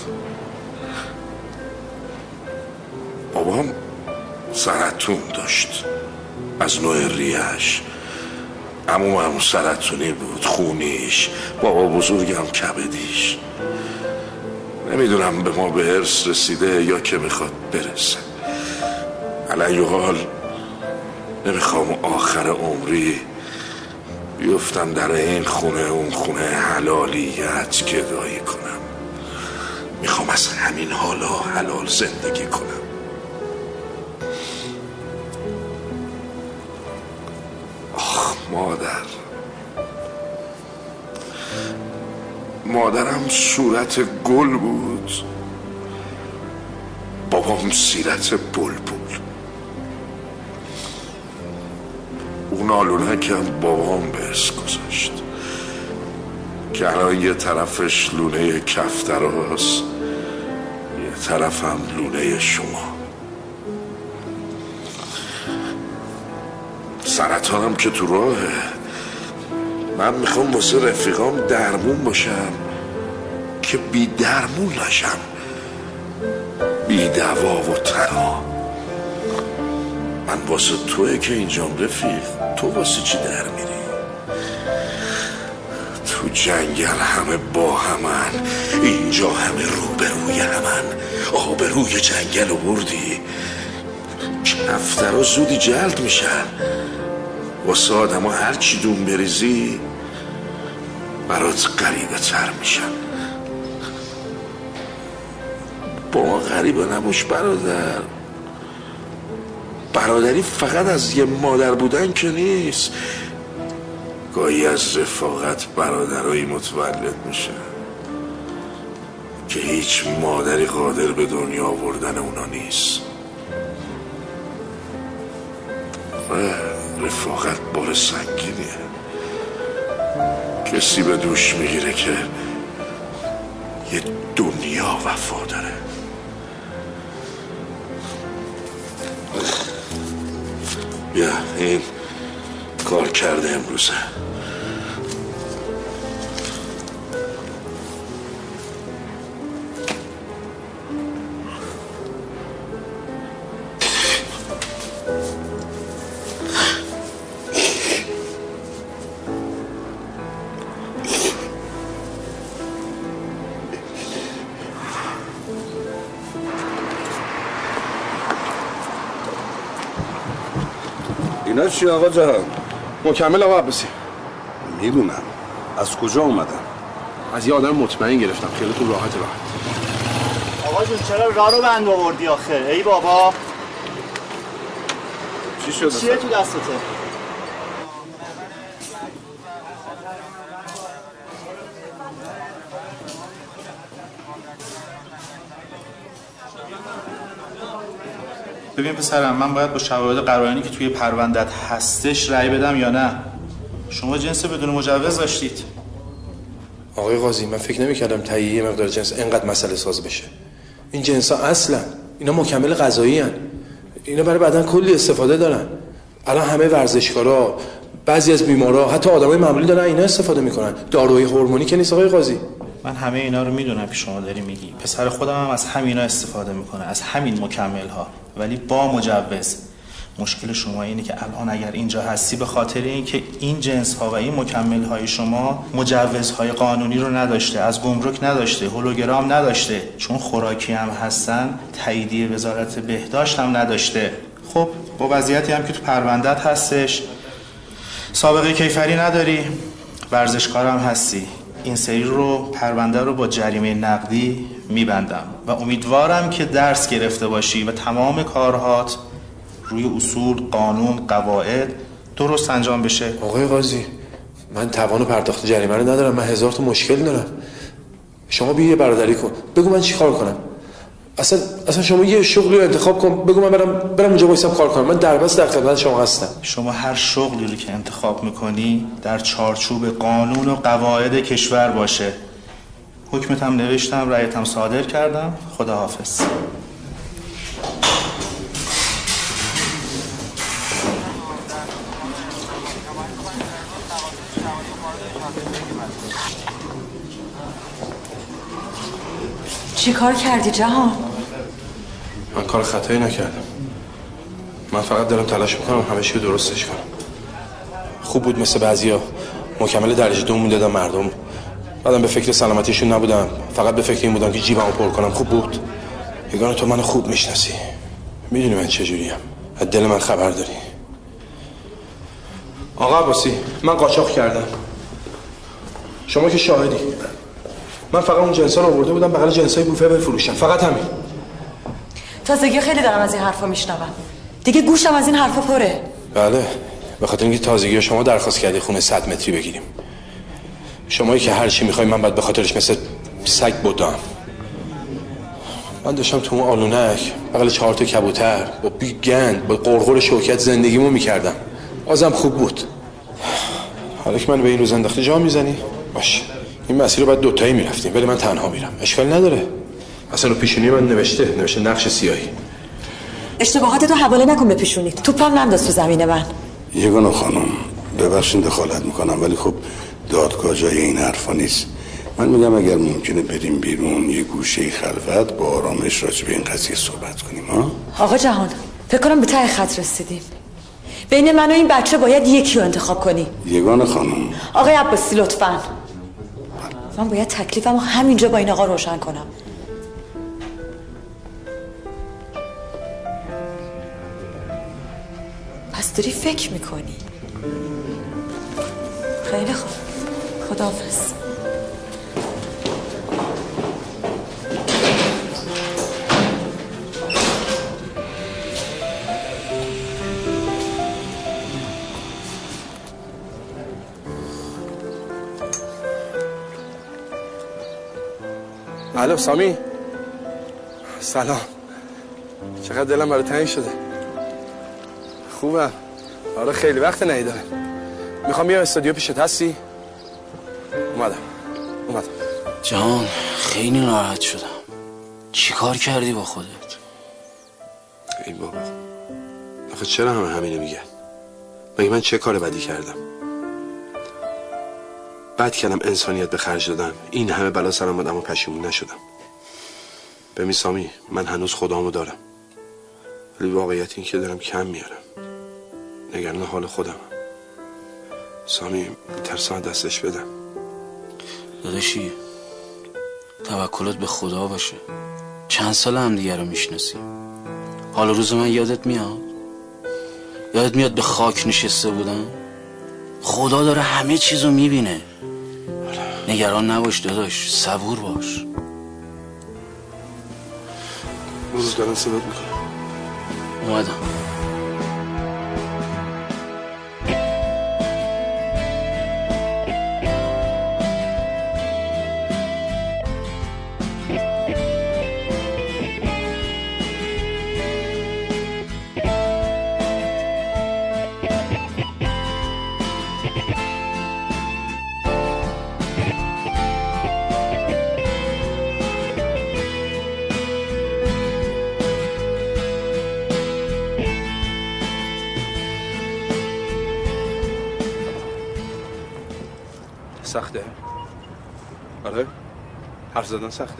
بابام سرطون داشت از نوع ریش. عموم همون سرطونی بود، خونیش. بابا بزرگم کبدیش. نمیدونم به ما به ارث رسیده یا که میخواد برسه. علی حال نمیخوام آخر عمری بیفتم در این خونه اون خونه حلالیت گدایی کنم. میخوام از همین حالا حلال زندگی کنم. آخ مادر، مادرم صورت گل بود، بابام سیرت بلبل. اون آلونکم بابام برس گذاشت که الان یه طرفش لونه کفتراست، یه طرفم لونه شما. سرطانم که تو راهه. من میخوام واسه رفیقام درمون باشم که بی درمون نشم، بی دوا و تنها. من واسه توی که اینجام رفیق، تو واسه چی در میری؟ تو جنگل همه با همن، اینجا همه روبروی همن. آبروی جنگل رو بردی، کفترها زودی جلد میشن. واسه آدم ها هر چی دون بریزی برات غریبه تر میشن. با ما غریبه نباش برادر. برادری فقط از یه مادر بودن که نیست. گاهی از رفاقت برادرایی متولد میشه که هیچ مادری قادر به دنیا آوردن اونا نیست. رفاقت بار سنگینیه. کسی به دوش میگیره که یه دنیا وفا داره. بیا این کار کرده امروزه. اینا چی آقا جهان؟ مکمل آقا عباسی. میدونم. از کجا اومدن؟ از یه آدم مطمئن گرفتم، خیالتون راحت راحت. آقا جون چرا راه رو بند آوردی آخه؟ ای بابا چی شد؟ چیه تو دستته؟ ببین پسرم، من باید با شواهد قرائنی که توی پرونده‌ات هستش رأی بدم یا نه؟ شما جنس بدون مجوز داشتید. آقای قاضی من فکر نمی‌کردم تهیه مقدار جنس اینقدر مسئله ساز بشه. این جنس‌ها اصلا اینا مکمل غذایی ان. اینا برای بدن کلی استفاده دارن. الان همه ورزشکارا، بعضی از بیمارا، حتی آدمای معمولی دارن اینا استفاده میکنن. داروی هورمونی که نیست آقای قاضی. من همه اینا رو میدونم که شما داری میگی. پسر خودم هم از همینا استفاده میکنه، از همین مکمل ها، ولی با مجوز. مشکل شما اینه که الان اگر اینجا هستی به خاطر اینکه این جنس ها و این مکمل های شما مجوزهای قانونی رو نداشته، از گمرک نداشته، هولوگرام نداشته، چون خوراکی هم هستن تاییدیه وزارت بهداشت هم نداشته. خب با وضعیتی هم که تو پرونده‌ات هستش، سابقه کیفری نداری، ورزشکار هم هستی، این سری رو پرونده رو با جریمه نقدی میبندم و امیدوارم که درس گرفته باشی و تمام کارهات روی اصول، قانون، قواعد درست انجام بشه. آقای قاضی من توان پرداخت جریمه رو ندارم، من هزار تا مشکل دارم. شما بیا یه برادری کن، بگو من چی کار کنم. اصلا اصلا شما یه شغلی رو انتخاب کن، بگو من برم برم اونجا وایسم کار کنم. من دربست در خدمت شما هستم. شما هر شغلی رو که انتخاب میکنی در چارچوب قانون و قواعد کشور باشه. حکمت هم نوشتم، رأیت هم صادر کردم. خداحافظ. چی کار کردی جهان؟ من کار خطایی نکردم. من فقط دارم تلاش میکنم همه چی رو درستش کنم. خوب بود مثل بعضیا مکمل درجه دو میدادم مردم، بعدم به فکر سلامتیشون نبودم، فقط به فکر این بودم که جیبمو پر کنم. خوب بود. یگانه تو منو خوب میشناسی، میدونی من چجوریم، از دل من خبر داری. آقا عباسی من قاچاق کردم، شما که شاهدی. من فقط اون جنسا رو آورده بودم بغل جنسای بوفه بفروشم، فقط همین. تازگی خیلی دارم از این حرفا میشنوم، دیگه گوشم از این حرفا پره. بله به خاطر اینکه تازگی شما درخواست کردی خونه صد متری بگیریم. شمایی که هر چی میخوای من باید به خاطرش مثل سگ بدم. من داشتم تو اون آلونک بغل چهار تا کبوتر با بیگند با قرقر شوکت زندگیمو میکردم. بازم خوب بود. حالا که من به این روز انداخته جا میزنی باش، این مسیر رو باید دوتایی میرفتیم ولی من تنها میرم. اشکال نداره. اصلا رو پیشونی من نوشته نوشته نقش سیاهی. اشتباهات تو حواله نکن به پیشونیت، توپم ننداز تو زمین من. یگانه خانم ببخشید دخالت میکنم ولی خب دادگاه جای این حرفا نیست. من میگم اگر ممکنه بریم بیرون یه گوشه خلوت با آرامش راجع به این قضیه صحبت کنیم. ها آقا جهان فکر کنم به ته خط رسیدیم. بین من و این بچه باید یکی رو انتخاب کنی. یگانه خانم. آقای عباسی لطفاً. من باید تکلیفمو همینجا با این آقا روشن کنم. پس داری فکر میکنی؟ خیلی خوب. خداحافظ. الو سامی. سلام. چقدر دلم برای تنگ شده. خوبم. آره خیلی وقت ندیدم. میخوام بیام استودیو پیشت، هستی؟ اومدم. اومدم. جان خیلی ناراحت شدم. چی کار کردی با خودت؟ ای بابا. آخه چرا همه همینو میگن؟ مگه من چه کار بدی کردم؟ بد کردم انسانیت به خرج دادم، این همه بلا سرم اومد اما پشیمون نشدم. ببین سامی من هنوز خدامو دارم ولی واقعیت این که دارم کم میارم. نگران حال خودم. سامی ترسان دستش بدم. داداشی توکلت به خدا باشه. چند سال هم دیگه رو میشناسیم. حالا روز من یادت میاد؟ یادت میاد به خاک نشسته بودم؟ خدا داره همه چیزو میبینه. نگران نباش داداش، صبور باش. روز دارن صدات میکنم. اومدم. سخته؟ آره؟ حرف زدن سخته؟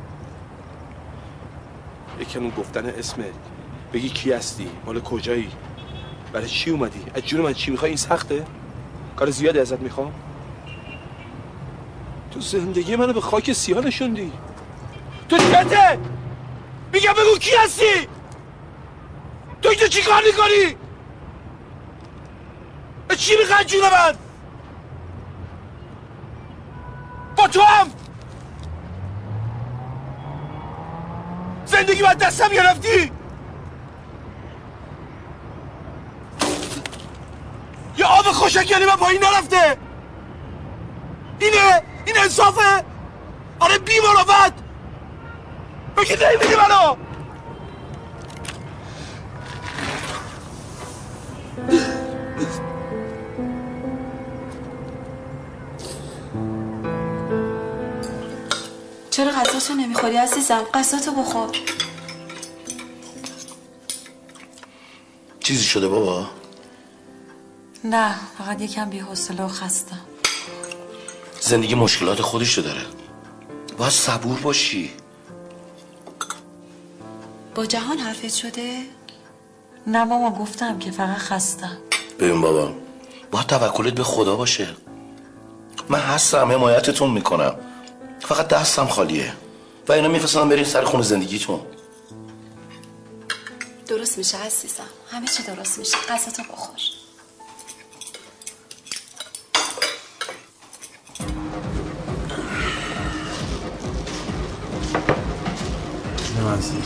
یکم گفتن اسمت، بگی کی هستی، مال کجایی، برای چی اومدی، از جون من چی میخوای، این سخته؟ کار زیادی ازت میخوام؟ تو زندگی منو به خاک سیاه نشوندی. تو چته؟ میگم بگو کی هستی؟ تو اینجا چی کار میکنی؟ چی میخوای جون من؟ با تو هم زندگی باید دستم گرفتی. یه آب خوشک یعنی من پایین نرفته. اینه؟ این انصافه؟ آره بی مرافت. بگید نمیدی منو. چرا غذاتو نمیخوری عزیزم؟ غذاتو بخور. چیزی شده بابا؟ نه، فقط یکم بی‌حوصله و خستم. زندگی مشکلات خودشو داره، باید صبور باشی. با جهان حرفت شده؟ نه ماما، گفتم که فقط خستم. ببین بابا، باید توکلت به خدا باشه. من هستم، حمایتتون میکنم، فقط دستم خالیه و اینا میفرستم برین سر خونه زندگیتون. درست میشه عزیزم، همه چی درست میشه. غذاتو بخور. نمازی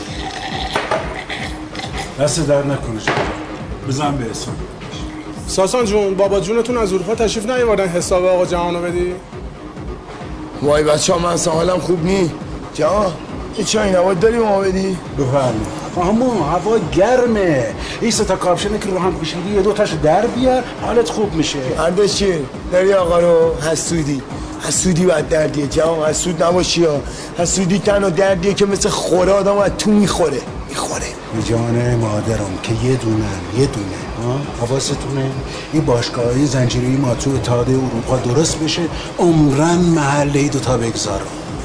دست در نکنه جان، بزن به حساب. ساسان جون، بابا جونتون از اروپا تشریف نیاوردن حساب آقا جهانو بدی؟ وای بچه ها، من اصلا حالم خوب نی. جهان این چای نواد داری ما بدی؟ بفرمی. اما هوا گرمه، این سه تا کاپشنه که رو هم کشیدی یه دو تاشو در بیار، حالت خوب میشه. اردشیر داری آقا رو حسودی. حسودی باید دردیه جهان، حسود نباشی ها. حسودی تنها دردیه که مثل خوره آدم از تو میخوره میخوره. جان مادرم که یه دونه یه دونه ها حواستونه این باشگاهی زنجیری ما تو اتحادیه اروپا درست بشه، عمرن محله دوتا بگذارم.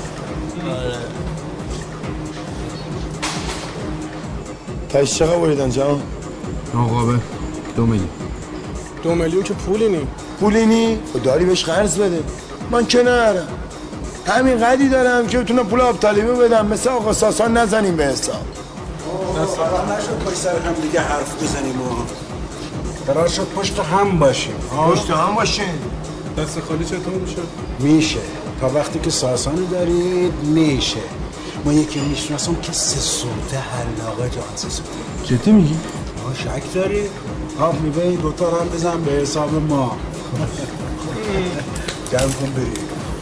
تایش چقدر بریدن جهان؟ آقابه دو میلیون. دو میلیون که پولی نی. پولی نی؟ داری بهش قرض بده. من که نرم همین قدی دارم که بتونم پول آب طالبی بدم، مثل آقا ساسان نزنیم به حساب. دست خواهد نشد پشت سر هم دیگه حرف بزنیم و قرار شد پشت هم باشیم. پشت هم باشیم. دست خالی چطور میشه؟ میشه تا وقتی که ساسانی دارید میشه. ما یکی میشناسم که سه سوته حلاقه جان سه سوته. جدی میگی؟ ما شک داری؟ آب میوه این دوتا رو هم بزن به حساب ما. جمع کن بریم.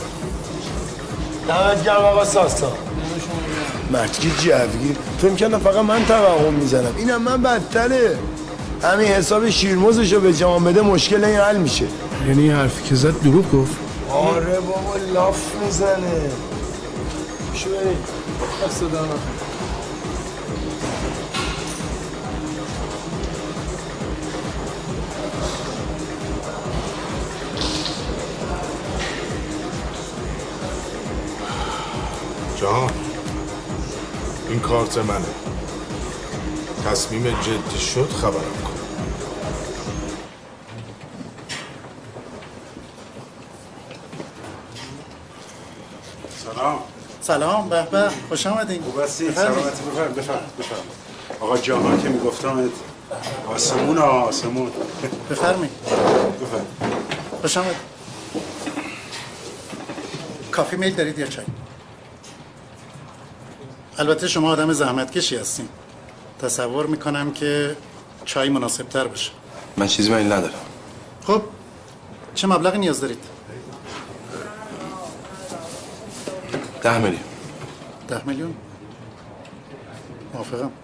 دمت گرم آقا ساسان. مردی جوگیر فهم کردم فقط من توهم میزنم، اینم من بدتره. همین حساب شیرموزشو به جوان بده مشکل این حل میشه. یعنی این حرفی که زد دروغ گفت؟ آره بابا لاف میزنه. شو بریم. دست دارم. جهان این کارت منه، تصمیم جدی شد خبرم کن. سلام. سلام، به به، خوش آمدین. خوب هستی؟ سلامتی. بفرم بفرم بفرم. آقا جهان که میگفتم آسمون آسمون. بفرمی. بفرم. خوش آمد. کافی میل دارید یا چای؟ البته شما آدم زحمتکشی هستین. تصور میکنم که چای مناسب تر باشه. من چیزی میل ندارم. خب چه مبلغی نیاز دارید؟ ده میلیون. ده میلیون؟ موافقم.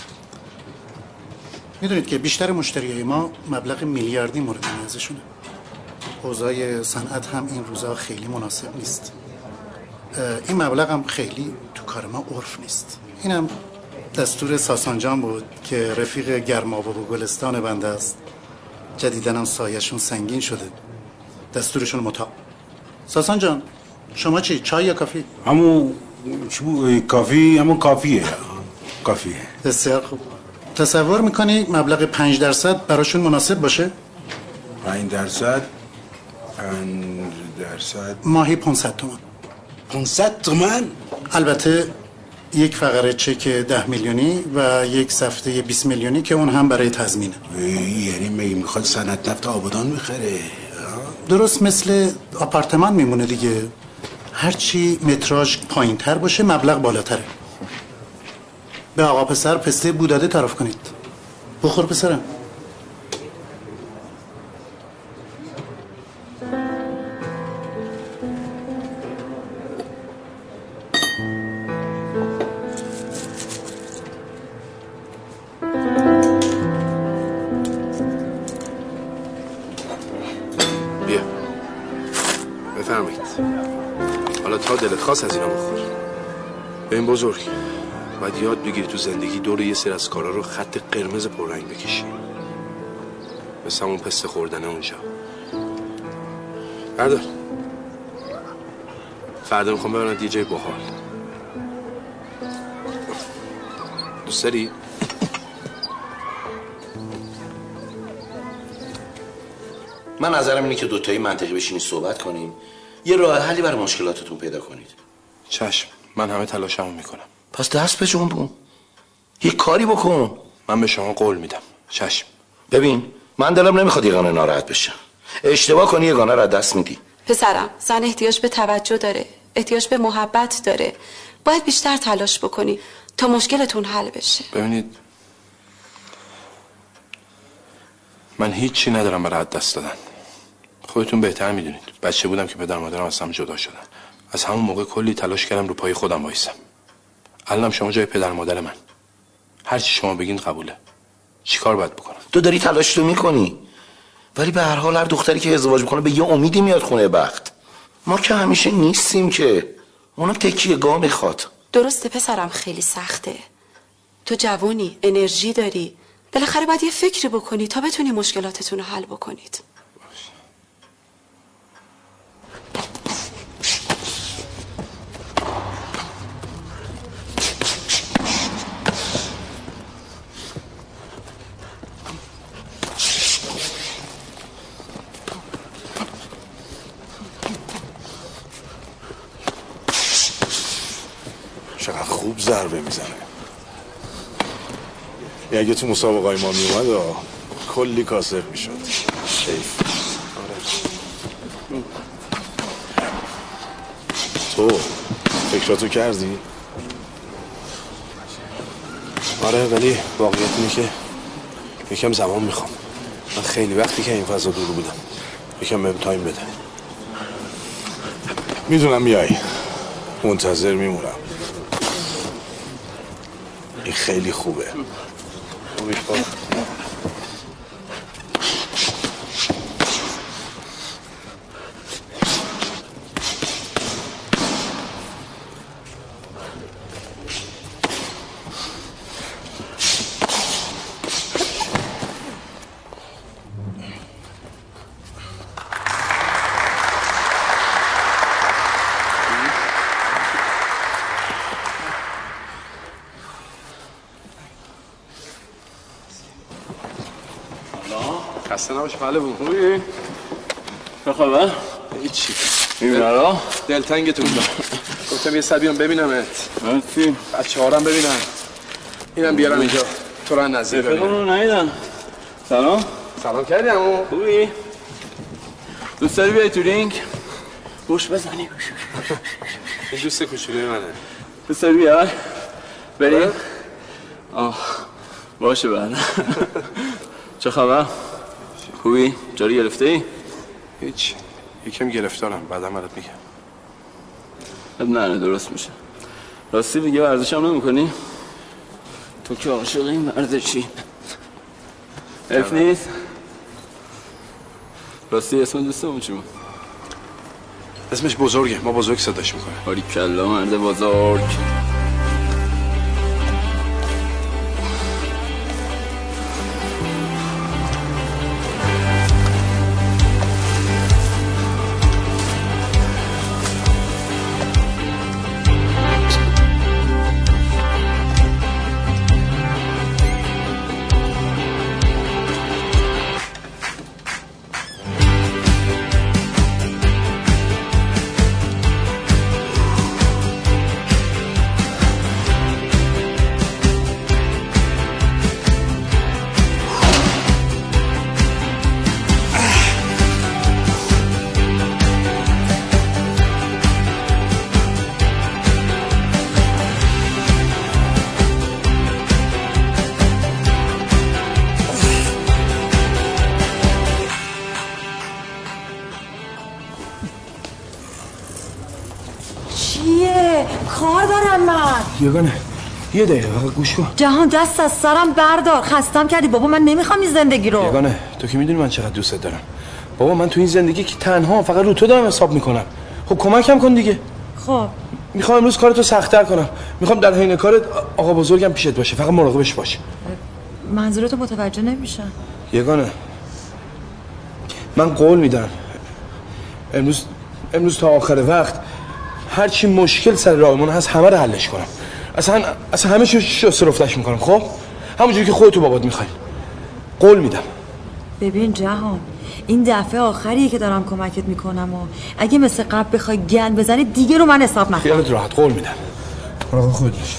میدونید که بیشتر مشتریای ما مبلغ میلیاردی مورد نیازشونه. اوضاع صنعت هم این روزا خیلی مناسب نیست. این مبلغ هم خیلی تو کار ما عرف نیست. اینم دستور ساسان جان بود که رفیق گرماباد و گلستان بنده است. جدیدن هم سایه‌شون سنگین شده. دستورشون مطاع. ساسان جان شما چی؟ چای یا کافی؟ همون کافی همون کافیه. کافیه. بسیار خوب. تصور میکنی مبلغ پنج درصد براشون مناسب باشه؟ پنج درصد پنج درصد ماهی پانصد تومان. پانصد تومان؟ البته یک فقره چک ده میلیونی و یک سفته بیست میلیونی که اون هم برای تضمینه. یعنی میگه میخواد صنعت نفت آبادان بخره؟ درست مثل آپارتمان میمونه دیگه. هرچی متراژ پایین تر باشه مبلغ بالاتره. به آقا پسر پسته بوداده تعارف کنید. بخور پسرم. بیا بفرمایید. حالا تا دلت خواست از اینا بخور. به این بزرگ باید یاد بگیری تو زندگی دور یه سری از کارا رو خط قرمز پررنگ بکشی، مثل همون پسته خوردنه اونجا. بردار. فردا میخوام ببرم یه جای باحال. دوست داری؟ من نظرم اینه که دوتایی منطقی بشینی صحبت کنیم، یه راه حلی برای مشکلاتتون پیدا کنید. چشم، من همه تلاشمو میکنم. پس دست به جنبون، یه کاری بکن. من به شما قول میدم. چشم. ببین من دلم نمیخواد یگانه ناراحت بشه. اشتباه کنی یگانه را دست میدی. پسرم زن احتیاج به توجه داره، احتیاج به محبت داره. باید بیشتر تلاش بکنی تا مشکلتون حل بشه. ببینید من هیچی ندارم برای از دست دادن. خودتون بهتر میدونید. بچه بودم که پدر مادرم از هم جدا شدن. از همون موقع کلی تلاش کردم رو پای خودم وایسم. الانم شما جای پدر مادر من. هر چی شما بگین قبوله. چیکار باید بکنم؟ تو داری تلاش تو میکنی، ولی به هر حال هر دختری که ازدواج میکنه به یه امیدی میاد خونه بخت. ما که همیشه نیستیم که. اونم تکیه گاه میخواد. درسته پسرم خیلی سخته. تو جوانی، انرژی داری. بالاخره باید یه فکری بکنی تا بتونی مشکلاتتون رو حل بکنید. چقدر خوب ضربه میزنه. یه اگه تو مسابقای ما میومد کلی کاسب میشد. شیف تو فکراتو کردی؟ آره، ولی واقعیت اینه که یکم زمان میخوام. من خیلی وقتی که این فضا دور بودم. یکم بهم تایم بده. میدونم میای، منتظر میمونم. این خیلی خوبه. خسته نباش بله بود. خوبی؟ چه خبر؟ هیچی. میبینم دلتنگتون بود. گفتم یه سر بیام ببینمت. مرسی. بچه هارم ببینم. اینم بیارم اینجا. تو را نظر ببینم. رفقمون رو ندیدم. سلام. سلام کردی عمو. خوبی؟ دوست داری بیای تو رینگ؟ گوش بزنیم. این دوست کوچولوی منه. بسر بیار بریم. آه باشه بعد. چه خبر؟ خوبی؟ جاری گرفته ای؟ هیچ، یکم گرفتارم، بعدم برات میگم. اب نه نه درست میشه. راستی دیگه ورزش هم نمی کنی؟ تو که عاشق این ورزشی. اف نیست؟ راستی اسم دوستمون چی بود؟ اسمش بزرگه، ما بزرگ صداش میکنه. باریکلا مرد بزرگ. یگانه یه دقیقه فقط گوش کن. جهان دست از سرم بردار، خستم کردی بابا، من نمیخوام این زندگی رو. یگانه تو که میدونی من چقدر دوست دارم بابا، من تو این زندگی که تنها فقط رو تو دارم حساب میکنم. خب کمکم کن دیگه. خب میخوام امروز کارتو سخت‌تر کنم، میخوام در حین کارت آقا بزرگم پیشت باشه، فقط مراقبش باش. منظورتو متوجه نمیشم. یگانه من قول میدم امروز امروز تا آخر وقت هر چی مشکل سر راهمون هست همه رو حلش کنم. اصلا اصلا همه چی شسترفتش میکنم. خب همونجوری که خودت و بابات میخوای. قول میدم. ببین جهان، این دفعه آخریه که دارم کمکت میکنم و اگه مثل قبل بخوای گند بزنی دیگه رو من حساب نکن. خیالت راحت، قول میدم. مراقب خودت باش.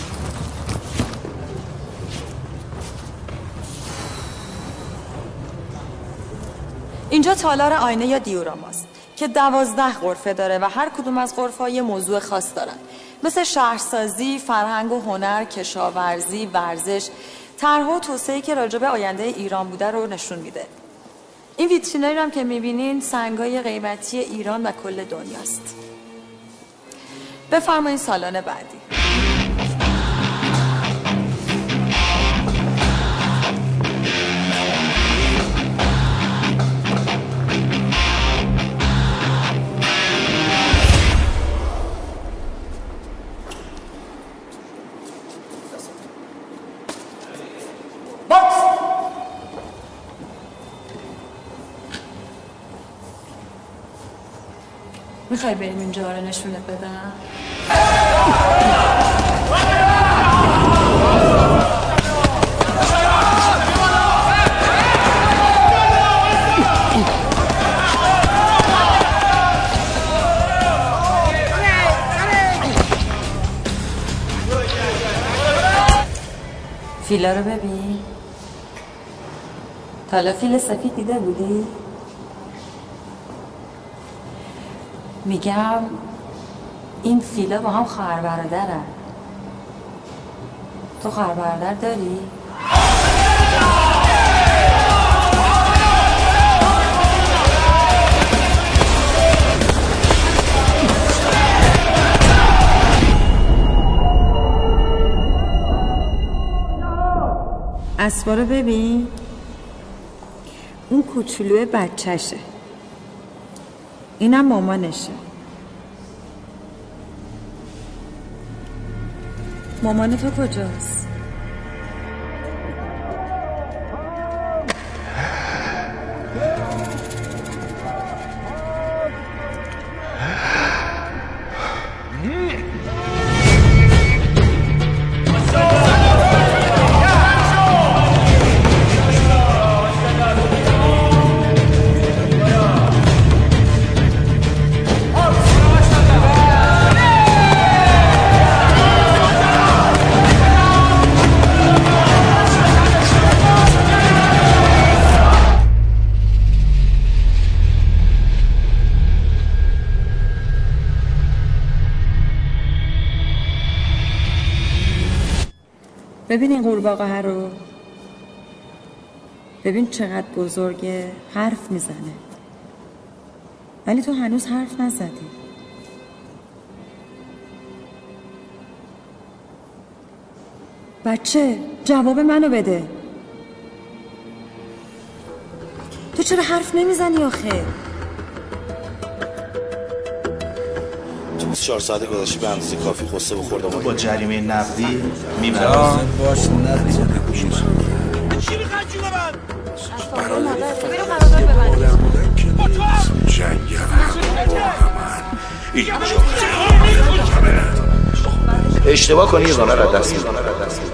اینجا تالار آینه یا دیوراماست که دوازده غرفه داره و هر کدوم از غرفه‌ها یه موضوع خاص دارن، مثل شهرسازی، فرهنگ و هنر، کشاورزی، ورزش، طرح و توسعه‌ای که راجع به آینده ایران بوده رو نشون میده. این ویترینایی هم که میبینین سنگای قیمتی ایران و کل دنیاست. بفرمایید سالن بعدی. میخوای بریم اینجا رو نشونت بدم؟ فیلا رو ببین. تا حالا فیل سفید دیده بودی؟ میگم این فیلا با هم خواهر برادرن. تو خواهر برادر داری؟ اسبا رو ببین. اون کوچولوی بچهشه، اینم مامانشه. مامان تو کجاست؟ ببین این قورباغه رو، ببین چقدر بزرگه، حرف میزنه، ولی تو هنوز حرف نزدی. بچه جواب منو بده، تو چرا حرف نمیزنی آخه؟ بیست و چهار ساعت گذشته به اندازه کافی قصه بخوردم با جریمه نقدی میبرم. باش نداری چی میخواد جون من؟ جنگ اینجا اشتباه کنی یه زانه را دست میدن.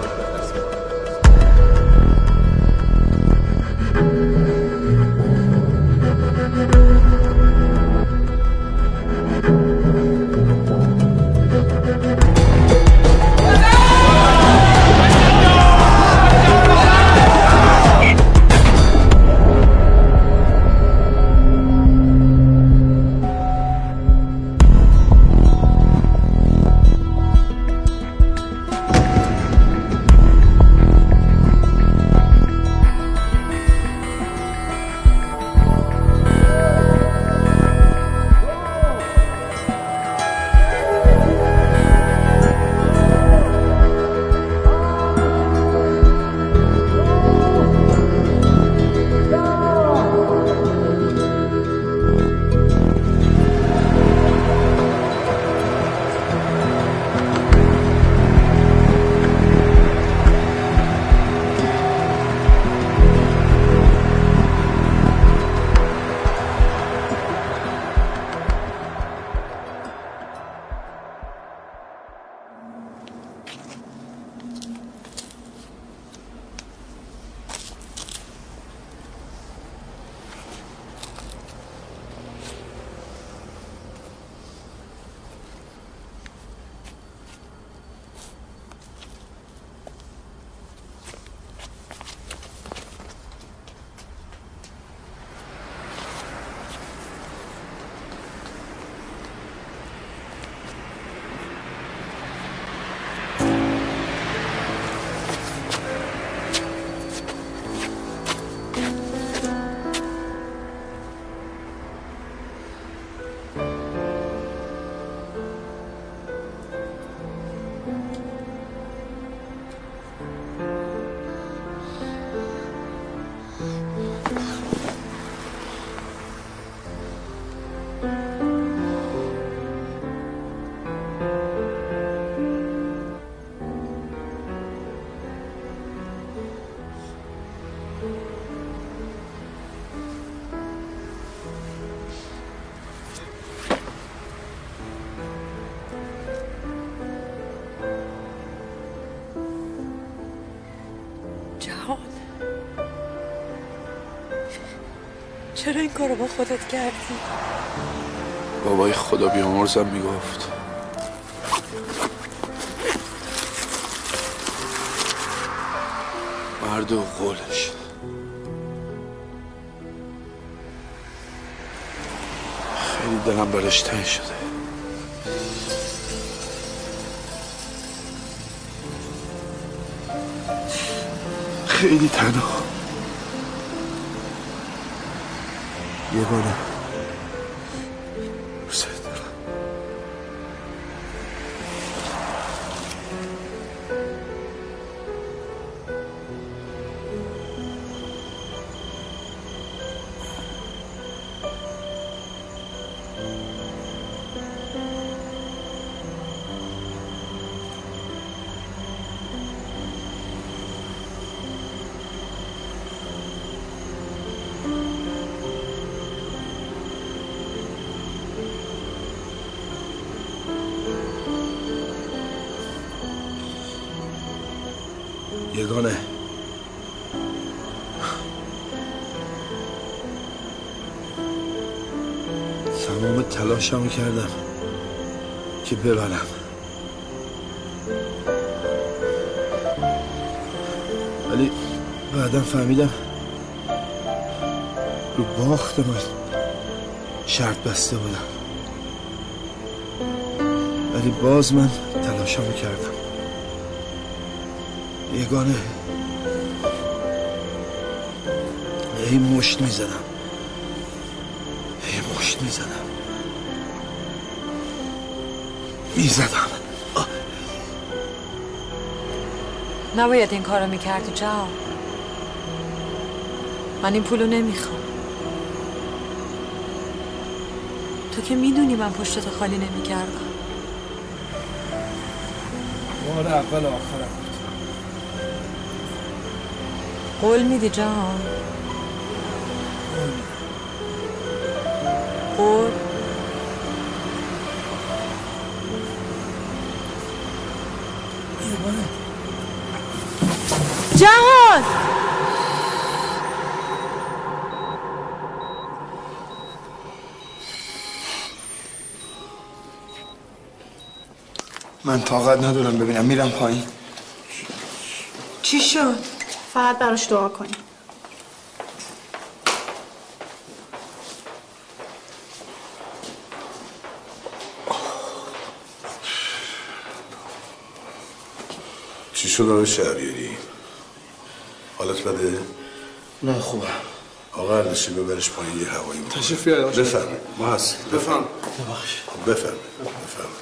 چرا این کارو با خودت کردی؟ بابای خدا بیامرزم میگفت مرد و قولش. خیلی دلم برش تنگ شده. خیلی تنها یگانه دوست دارم. یگانه تمام تلاشمو کردم که ببرم، ولی بعدم فهمیدم رو باخت من شرط بسته بودم، ولی باز من تلاشمو کردم. یگانه ای مشت میزدم ای مشت میزدم میزدم نباید این کارو میکردی جهان. من این پولو نمیخوام. تو که میدونی من پشتتو خالی نمیکردم. بار اول آخرم بود. قول میدی جهان؟ قول جهان من طاقت ندارم ببینم، میرم پایین. چی شد؟ فقط براش دعا کنی. چی شد آقای شهریاری؟ حالت بده؟ نه خوبه. آقا اردشیر ببرش پایین یه هوایی بکنه. تشریف بیارید. بفرمایید. ما هستیم. بفرمایید. ببخشید. بفرمایید. بفرمایید.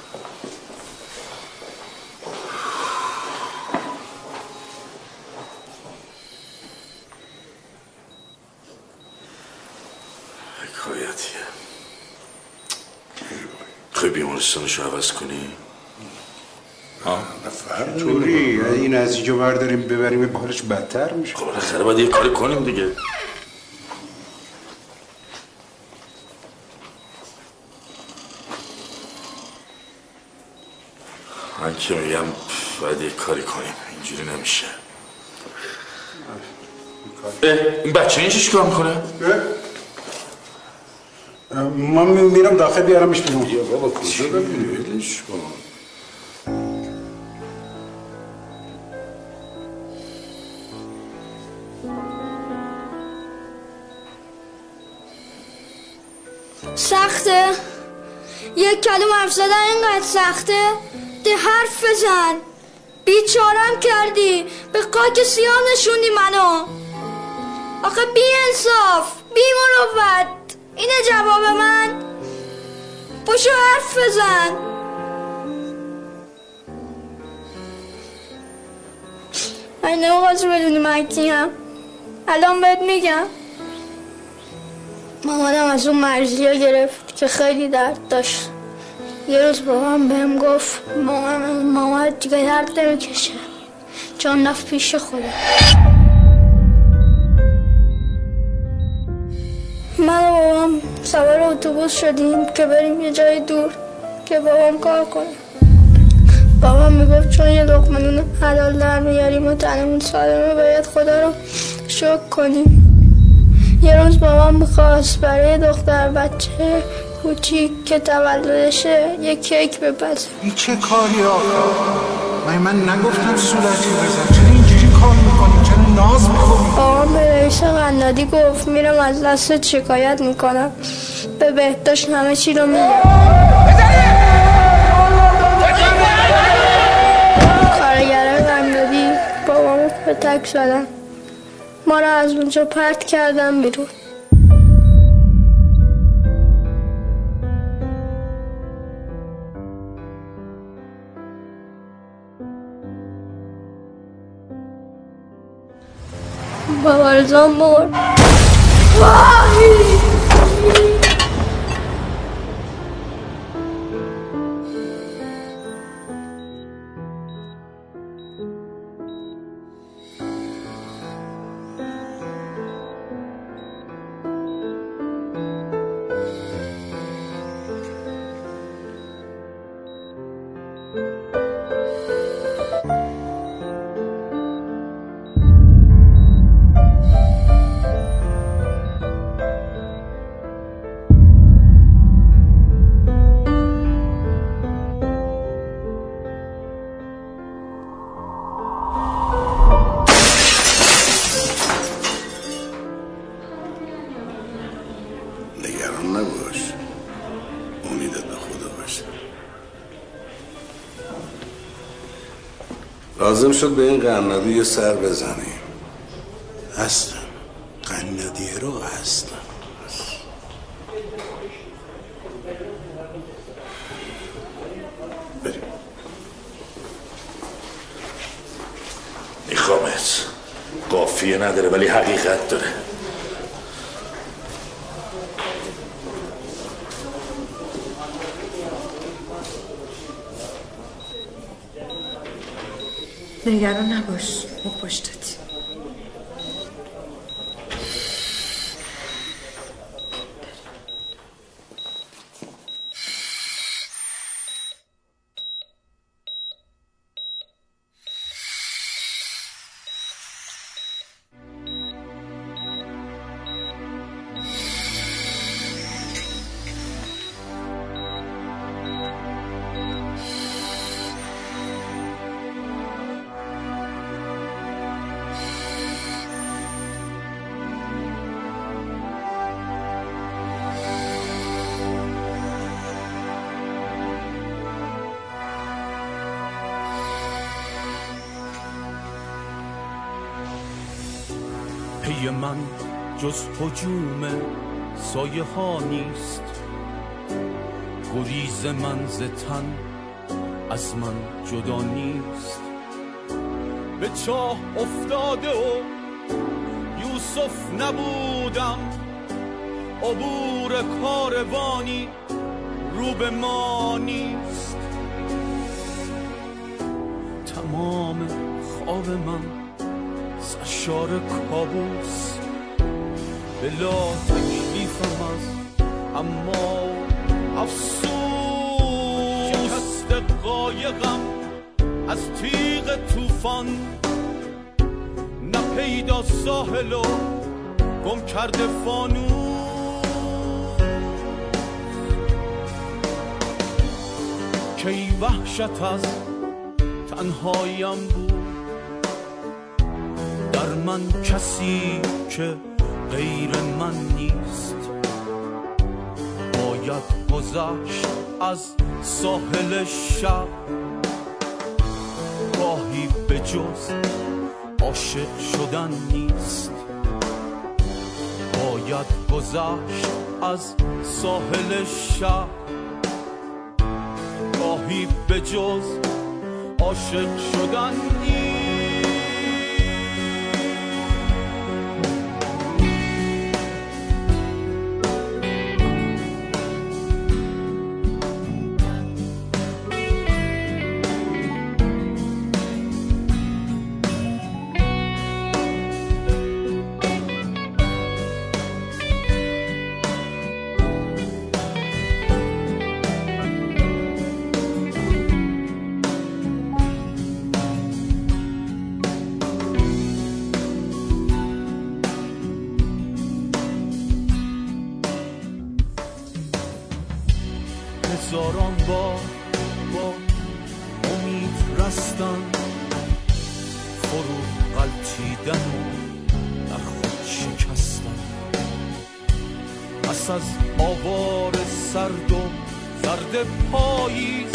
حکایتیه. خیلی بیمارستانشو عوض کنی؟ ها؟ چطوری؟ این از اینجا برداریم ببریم بارش بدتر میشه. خب بالاخره باید یه کاری کنیم دیگه. من که میگم باید یه کاری کنیم، اینجوری نمیشه. این بچه این چیش کار میکنه؟ من میرم داخل بیارمش بیرون. یا بابا کجا ببینی؟ ولش کن. سخته؟ یک کلمه حرف زدن اینقدر سخته؟ ده حرف بزن. بیچارم کردی، به خاک سیاه نشوندی منو. آخه بی انصاف، بی مروت، اینه جواب من؟ پاشو حرف بزن. من نمیخواست بدونی من کیم. الان بهت میگم. مامانم از اون مرزی ها گرفت که خیلی درد داشت. یه روز بابام بهم گفت مامان مامان دیگه درد نمیکشه چون رفت پیش خدا. من و بابام سوار اتوبوس شدیم که بریم یه جای دور که بابام کار کنه. بابام میگفت چون یه لقمه نون حلال در میاریم و تنمون سالمه باید خدا رو شکر کنیم. یه روز بابام میخواست برای دختر بچه کوچیک که تولدشه یه کیک بپزه. این چه کاری آقا؟ من من نگفتم صورتی بزن، چرا اینجوری کار میکنی؟ چرا ناز میکنی؟ بابام به رئیس قنادی گفت میرم از دستت شکایت میکنم، به بهداشت همه چی رو میگم. کارگرای قنادی بابامو به تک زدن، ما رو از اونجا پرت کردن بیرون. بابا رضا مرد. لازم شد به این قنادی یه سر بزنیم. هستم قنادی رو هستم. بریم. میخوامت قافیه نداره ولی حقیقت داره. نگران نباش، ما پشتتی. پی من جز هجوم سایه ها نیست، گریز من ز تن از من جدا نیست. به چاه افتاده و یوسف نبودم، عبور کاروانی رو به ما نیست. تمام خواب من سرشار کابوس، بلا تکلیفم از اما افسوس. شکست قایقم از تیغ توفان، نه پیدا ساحل و گم کرده فانوس. کی وحشت از تنهاییم بود، در من کسی که غیر من نیست. باید گذشت از ساحل شب، راهی به جز عاشق شدن نیست. باید گذشت از ساحل شب، راهی به جز عاشق شدن نیست. هزاران بار با امید رستن، فرو غلطیدن و در خود شکستن. پس از آوار سرد و زرد پاییز،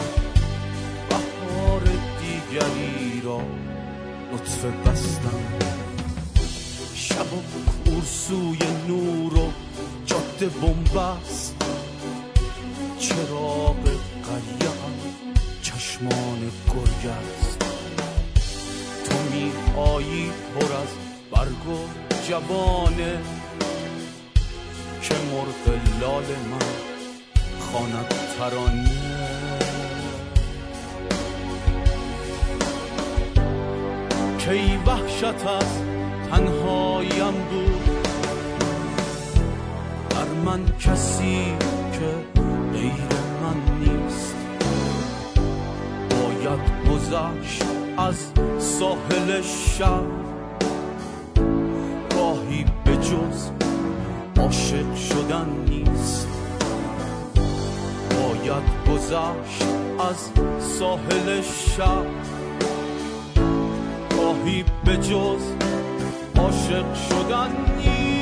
بهار دیگری را نطفه بستن. شب و کورسوی نور و جاده بنبست، چراغ قریه‌ام چشمان گرگ است. تو می آیی پر از برگ و جوانه، که مرغ لال من خواند ترانه. کی وحشت از تنهاییم بود، در من کسی که غیر من نیست. باید گذشت از ساحل شب، راهی به جز عاشق شدن نیست. باید گذشت از ساحل شب، راهی به جز عاشق شدن نیست.